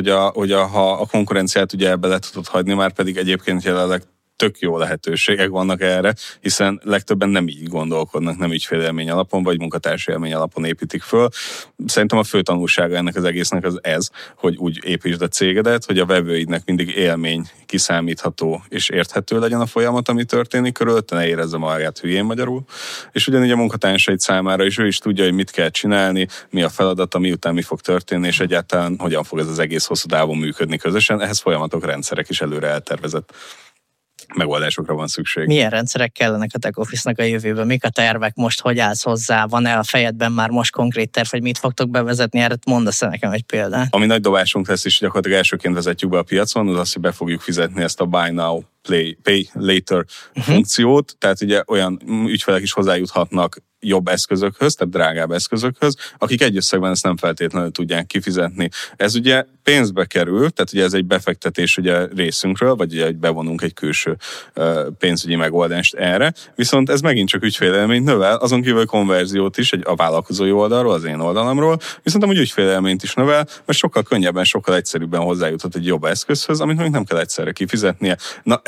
ha a konkurenciát ugye ebbe le tudod hagyni, már pedig egyébként jelenleg tök jó lehetőségek vannak erre, hiszen legtöbben nem így gondolkodnak, nem ügyfélélmény alapon, vagy munkatársi élmény alapon építik föl. Szerintem a fő tanulsága ennek az egésznek az ez, hogy úgy építsd a cégedet, hogy a vevőidnek mindig élmény, kiszámítható és érthető legyen a folyamat, ami történik körülötte, ne érezze magát hülyén magyarul. És ugyanígy a munkatársaid számára is ő is tudja, hogy mit kell csinálni, mi a feladata, miután mi fog történni, és egyáltalán hogyan fog ez az egész hosszú távon működni közösen. Ehhez folyamatok, rendszerek is előre eltervezett megoldásokra van szükség. Milyen rendszerek kellenek a Tech Office-nak a jövőben? Mik a tervek most? Hogy állsz hozzá? Van-e a fejedben már most konkrét terv, hogy mit fogtok bevezetni? Erre mondasz nekem egy példát? Ami nagy dobásunk lesz, és gyakorlatilag elsőként vezetjük be a piacon, az az, hogy be fogjuk fizetni ezt a Buy Now, Pay Later funkciót, tehát ugye olyan ügyfelek is hozzájuthatnak jobb eszközökhöz, tehát drágább eszközökhöz, akik egy összegben ezt nem feltétlenül tudják kifizetni. Ez ugye pénzbe kerül, tehát ugye ez egy befektetés ugye részünkről, vagy ugye bevonunk egy külső pénzügyi megoldást erre, viszont ez megint csak ügyfélélményt növel, azon kívül konverziót is a vállalkozói oldalról, az én oldalamról, viszont amúgy ügyfélélményt is növel, mert sokkal könnyebben, sokkal egyszerűbben hozzájuthat egy jobb eszközhöz, amit még nem kell egyszerre kifizetnie. Na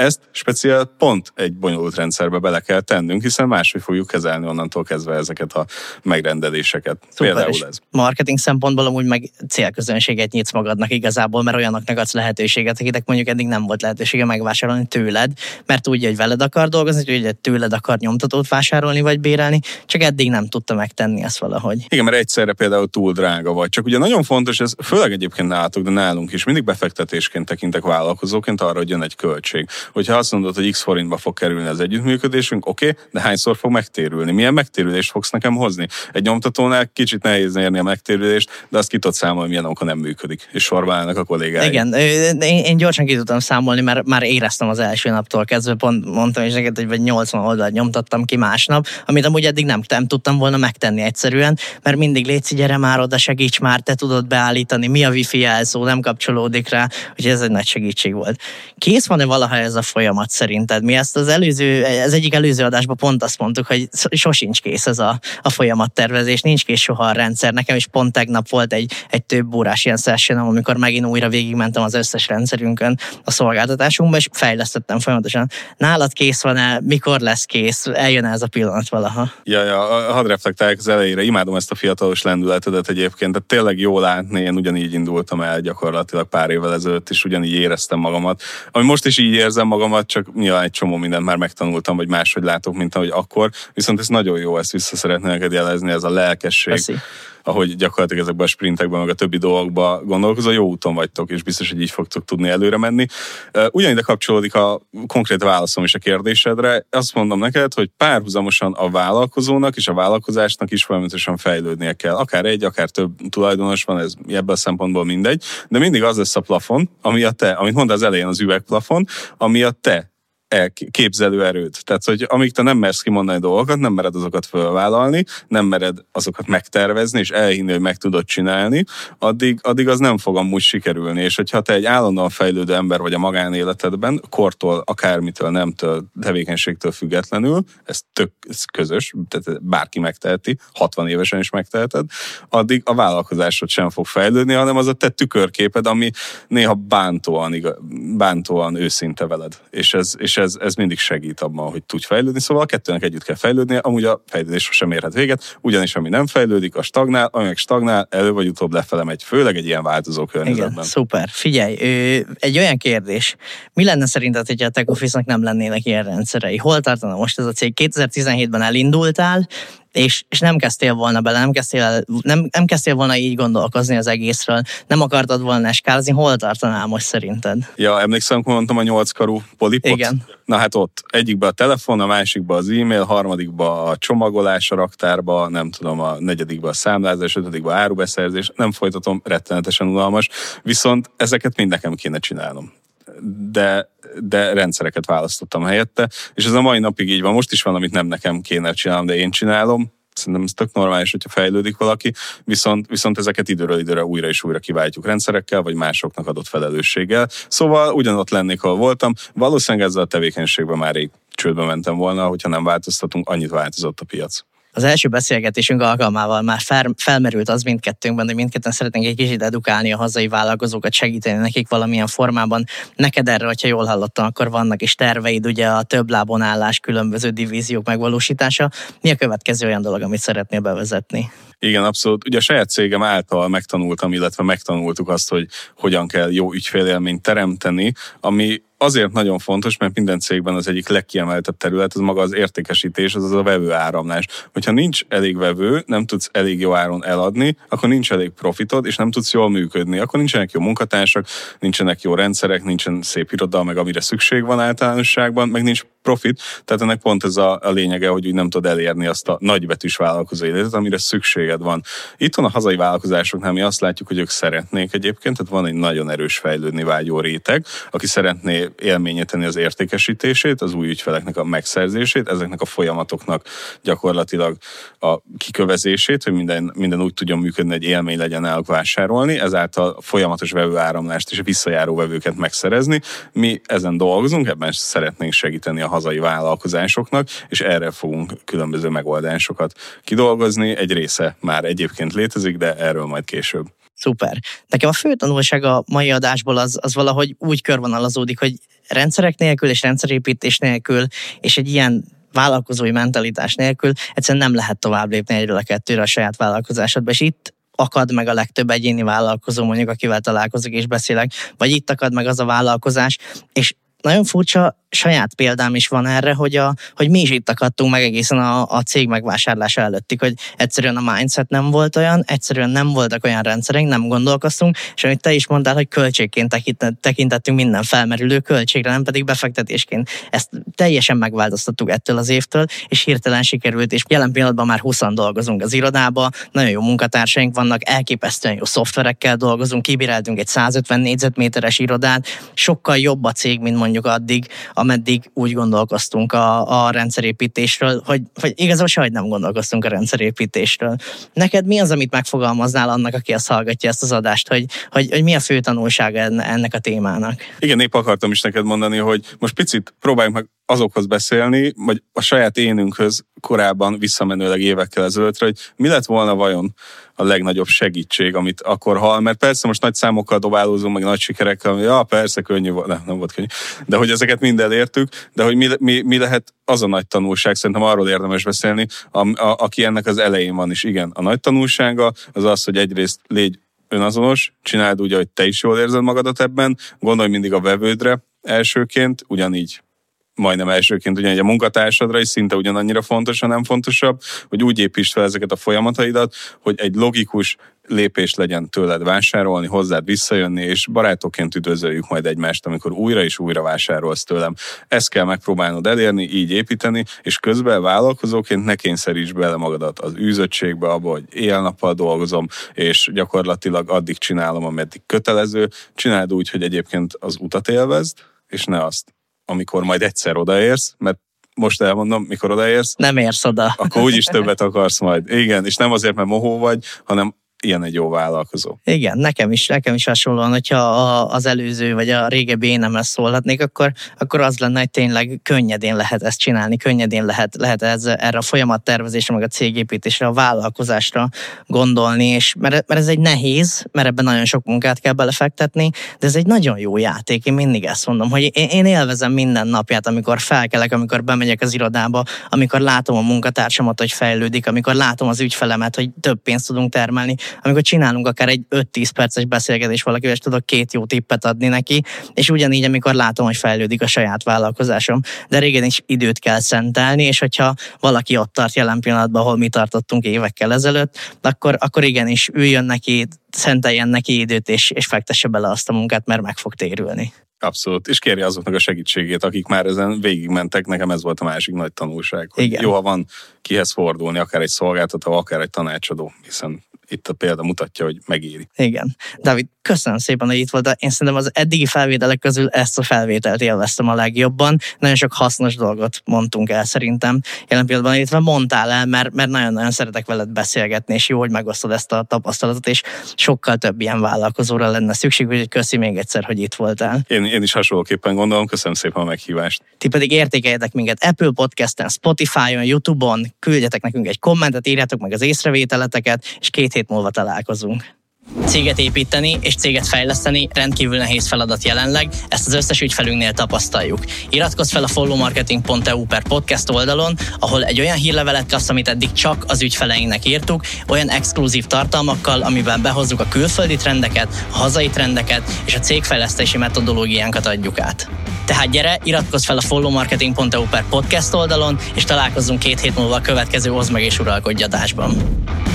ezt speciál pont egy bonyolult rendszerbe bele kell tennünk, hiszen máshogy fogjuk kezelni onnantól kezdve ezeket a megrendeléseket. Szuper, Például ez. Marketing szempontból amúgy meg célközönséget nyitsz magadnak igazából, mert olyanoknak adsz lehetőséget, akiknek mondjuk eddig nem volt lehetősége megvásárolni tőled, mert tudja, hogy veled akar dolgozni, tudja, hogy tőled akar nyomtatót vásárolni vagy bérelni, csak eddig nem tudta megtenni ezt valahogy. Igen, mert egyszerre például túl drága vagy. Csak ugye nagyon fontos, ez főleg egyébként nálatok, de nálunk is mindig befektetésként tekintek vállalkozóként arra, hogy jön egy költség. Hogyha azt mondod, hogy x forintba fog kerülni az együttműködésünk, oké, de hányszor fog megtérülni? Milyen megtérülést fogsz nekem hozni? Egy nyomtatónál kicsit nehéz érni a megtérülést, de azt ki tudod számolni, milyen oka nem működik, és sorba állnak a kollégái. Igen, én gyorsan ki tudtam számolni, mert már éreztem az első naptól kezdve, pont mondtam is neked, hogy vagy 80 oldalt nyomtattam ki másnap, amit amúgy eddig nem tudtam volna megtenni egyszerűen, mert mindig létszik, gyere már oda, segíts már, te tudod beállítani, mi a wifi jelszó, nem kapcsolódik rá, úgyhogy ez egy nagy segítség volt. Kész van-e valaha ez a folyamat szerinted? Mi ezt az egyik előző adásban pont azt mondtuk, hogy sosincs kész ez a folyamattervezés, nincs kész soha a rendszer. Nekem is pont tegnap volt egy több órás ilyen sessionom, amikor megint újra végigmentem az összes rendszerünkön a szolgáltatásunkba, és fejlesztettem folyamatosan. Nálad kész van-e? Mikor lesz kész? Eljön ez a pillanat valaha? Hadd reflektálják az elejére. Imádom ezt a fiatalos lendületedet egyébként, de tényleg jól látni, én ugyanígy indultam el gyakorlatilag pár évvel ezelőtt, és ugyanígy éreztem magamat. Ami most is így érzem magamat, csak nyilván egy csomó mindent már megtanultam, vagy máshogy látok, mint ahogy akkor. Viszont ez nagyon jó, ezt vissza szeretnék neked jelezni, ez a lelkesség. Köszi. Ahogy gyakorlatilag ezekben a sprintekben, meg a többi dolgokban gondolkozol, jó úton vagytok, és biztos, hogy így fogtok tudni előre menni. Ugyanide kapcsolódik a konkrét válaszom is a kérdésedre. Azt mondom neked, hogy párhuzamosan a vállalkozónak és a vállalkozásnak is folyamatosan fejlődnie kell. Akár egy, akár több tulajdonos van, ez ebből a szempontból mindegy, de mindig az lesz a plafon, ami a te, amit mondtál az elején, az üvegplafon, ami a te képzelő erőd. Tehát, hogy amíg te nem mersz kimondani dolgokat, nem mered azokat fölvállalni, nem mered azokat megtervezni, és elhinni, hogy meg tudod csinálni, addig az nem fog amúgy sikerülni. És hogyha te egy állandóan fejlődő ember vagy a magánéletedben, kortól, akármitől, nemtől, tevékenységtől függetlenül, ez közös, tehát bárki megteheti, 60 évesen is megteheted, addig a vállalkozásod sem fog fejlődni, hanem az a te tükörképed, ami néha bántóan őszinte veled. És ez mindig segít abban, hogy tudj fejlődni, szóval a kettőnek együtt kell fejlődnie, amúgy a fejlődés sosem érhet véget, ugyanis ami nem fejlődik, a stagnál, ami meg stagnál, elő vagy utóbb lefele megy, főleg egy ilyen változó környezetben. Igen, szuper. Figyelj, egy olyan kérdés, mi lenne szerinted, hogy a Tech Office-nak nem lennének ilyen rendszerei? Hol tartana most ez a cég? 2017-ben elindultál, és nem kezdtél volna bele, nem kezdtél volna így gondolkozni az egészről, nem akartad volna eskálozni, hol tartanál most szerinted? Ja, emlékszem, amikor mondtam a 8 karú polipot? Igen. Na hát ott, egyikbe a telefon, a másikba az e-mail, harmadikba a csomagolás a raktárba, nem tudom, a negyedikbe a számlázás, ötödikbe árubeszerzés, nem folytatom, rettenetesen unalmas, viszont ezeket mind nekem kéne csinálnom. De rendszereket választottam helyette, és ez a mai napig így van. Most is van, amit nem nekem kéne csinálnom, de én csinálom. Szerintem ez tök normális, hogyha fejlődik valaki, viszont ezeket időről időre újra és újra kiváltjuk rendszerekkel, vagy másoknak adott felelősséggel. Szóval ugyanott lennék, ahol voltam. Valószínűleg ezzel a tevékenységben már rég csődbe mentem volna, hogyha nem változtatunk, annyit változott a piac. Az első beszélgetésünk alkalmával már felmerült az mindkettőnkben, hogy mindketten szeretnénk egy kicsit edukálni a hazai vállalkozókat, segíteni nekik valamilyen formában. Neked erre, hogyha jól hallottam, akkor vannak is terveid, ugye a több lábon állás, különböző divíziók megvalósítása. Mi a következő olyan dolog, amit szeretnél bevezetni? Igen, abszolút. Ugye a saját cégem által megtanultam, illetve megtanultuk azt, hogy hogyan kell jó ügyfélélményt teremteni, ami azért nagyon fontos, mert minden cégben az egyik legkiemeltebb terület, az maga az értékesítés, az a vevő áramlás. Hogyha nincs elég vevő, nem tudsz elég jó áron eladni, akkor nincs elég profitod, és nem tudsz jól működni. Akkor nincsenek jó munkatársak, nincsenek jó rendszerek, nincsen szép iroda, meg amire szükség van általánosságban, meg nincs profit. Tehát ennek pont ez a lényege, hogy úgy nem tud elérni azt a nagybetűs vállalkozó életet, amire szükséged van. Itthon a hazai vállalkozásoknál mi azt látjuk, hogy ők szeretnék egyébként, tehát van egy nagyon erős fejlődni vágyó réteg, aki szeretné élményíteni az értékesítését, az új ügyfeleknek a megszerzését, ezeknek a folyamatoknak gyakorlatilag a kikövezését, hogy minden úgy tudjon működni, hogy élmény legyen náluk vásárolni, ezáltal folyamatos vevőáramlást és visszajáró vevőket megszerezni. Mi ezen dolgozunk, ebben szeretnénk segíteni a hazai vállalkozásoknak, és erre fogunk különböző megoldásokat kidolgozni. Egy része már egyébként létezik, de erről majd később. Szuper. Nekem a fő tanulság a mai adásból az valahogy úgy körvonalazódik, hogy rendszerek nélkül és rendszerépítés nélkül, és egy ilyen vállalkozói mentalitás nélkül egyszerűen nem lehet tovább lépni egyről a kettőre a saját vállalkozásodba, és itt akad meg a legtöbb egyéni vállalkozó, mondjuk akivel találkozok és beszélek, vagy itt akad meg az a vállalkozás, és nagyon furcsa saját példám is van erre, hogy mi is itt akadtunk meg egészen a cég megvásárlása előttig, hogy egyszerűen a mindset nem volt olyan, egyszerűen nem voltak olyan rendszereink, nem gondolkoztunk, és amit te is mondtál, hogy költségként tekintettünk minden felmerülő költségre, nem pedig befektetésként. Ezt teljesen megváltoztattuk ettől az évtől, és hirtelen sikerült, és jelen pillanatban már 20-an dolgozunk az irodába, nagyon jó munkatársaink vannak, elképesztően jó szoftverekkel dolgozunk, kibíráltunk egy 150 négyzetméteres irodát, sokkal jobb a cég, mint mondjuk addig, ameddig úgy gondolkoztunk a rendszerépítésről, hogy igazából sehogy nem gondolkoztunk a rendszerépítésről. Neked mi az, amit megfogalmaznál annak, aki azt hallgatja ezt az adást, hogy mi a fő tanulsága ennek a témának? Igen, épp akartam is neked mondani, hogy most picit próbáljunk meg azokhoz beszélni, vagy a saját énünkhöz korábban visszamenőleg évekkel ezelőttre, hogy mi lett volna vajon a legnagyobb segítség, amit akkor hall, mert persze most nagy számokkal dobálózunk, meg nagy sikerekkel, ja, persze könnyű volt, nem volt könnyű, de hogy ezeket mind elértük, de hogy mi lehet az a nagy tanulság, szerintem arról érdemes beszélni, aki ennek az elején van is. Igen, a nagy tanulsága az az, hogy egyrészt légy önazonos, csináld úgy, hogy te is jól érzed magadat ebben, gondolj mindig a vevődre elsőként, ugyanígy majdnem elsőként ugyanígy a munkatársadra is szinte ugyanannyira fontos, ha nem fontosabb, hogy úgy építsd fel ezeket a folyamataidat, hogy egy logikus lépés legyen tőled vásárolni, hozzád visszajönni, és barátokként üdvözöljük majd egymást, amikor újra és újra vásárolsz tőlem. Ezt kell megpróbálnod elérni, így építeni, és közben vállalkozóként ne kényszerítsd bele magadat az űzöttségbe, abba, hogy éjjel-nappal dolgozom, és gyakorlatilag addig csinálom, ameddig kötelező. Csináld úgy, hogy egyébként az utat élvezd, és ne azt, amikor majd egyszer odaérsz, mert most elmondom, mikor odaérsz. Nem érsz oda. Akkor úgyis többet akarsz majd. Igen, és nem azért, mert mohó vagy, hanem ilyen egy jó vállalkozó. Igen, nekem is hasonlóan, hogyha az előző vagy a régebbi énemhez szólhatnék, akkor az lenne, hogy tényleg könnyedén lehet ezt csinálni, könnyedén lehet erre a folyamattervezésre, meg a cégépítésre, a vállalkozásra gondolni, és mert ez egy nehéz, mert ebben nagyon sok munkát kell belefektetni, de ez egy nagyon jó játék, én mindig ezt mondom, hogy én élvezem minden napját, amikor felkelek, amikor bemegyek az irodába, amikor látom a munkatársamat, hogy fejlődik, amikor látom az ügyfelemet, hogy több pénzt tudunk termelni, amikor csinálunk akár egy 5-10 perces beszélgetés valakivel, és tudok 2 jó tippet adni neki, és ugyanígy, amikor látom, hogy fejlődik a saját vállalkozásom. De régen is időt kell szentelni, és hogyha valaki ott tart jelen pillanatban, ahol mi tartottunk évekkel ezelőtt, akkor igenis üljön neki, szenteljen neki időt, és fektesse bele azt a munkát, mert meg fog térülni. Abszolút, és kérje azoknak a segítségét, akik már ezen végigmentek, nekem ez volt a másik nagy tanulság, hogy igen. Jó, ha van kihez fordulni, akár egy szolgáltató, akár egy tanácsadó, hiszen itt a példa mutatja, hogy megéri. Igen. Dávid, köszönöm szépen, hogy itt voltál. Én szerintem az eddigi felvételek közül ezt a felvételt élveztem a legjobban. Nagyon sok hasznos dolgot mondtunk el szerintem jelen pillanatban, illetve mondtál el, mert nagyon-nagyon szeretek veled beszélgetni, és jó, hogy megosztod ezt a tapasztalatot, és sokkal több ilyen vállalkozóra lenne szükség, úgyhogy köszi még egyszer, hogy itt voltál. Én is hasonlóképpen gondolom, köszönöm szépen a meghívást. Ti pedig értékeljetek minket Apple Podcasten, Spotify-on, YouTube-on, küldjetek nekünk egy kommentet, írjátok meg az észrevételeteket, és 2 hét múlva találkozunk. Céget építeni és céget fejleszteni rendkívül nehéz feladat jelenleg, ezt az összes ügyfelünknél tapasztaljuk. Iratkozz fel a followmarketing.eu/podcast oldalon, ahol egy olyan hírlevelet kapsz, amit eddig csak az ügyfeleinknek írtuk, olyan exkluzív tartalmakkal, amiben behozzuk a külföldi trendeket, a hazai trendeket és a cégfejlesztési metodológiánkat adjuk át. Tehát gyere, iratkozz fel a followmarketing.eu/podcast oldalon, és találkozzunk 2 hét múlva a következő Oszd meg és uralkodj adásban.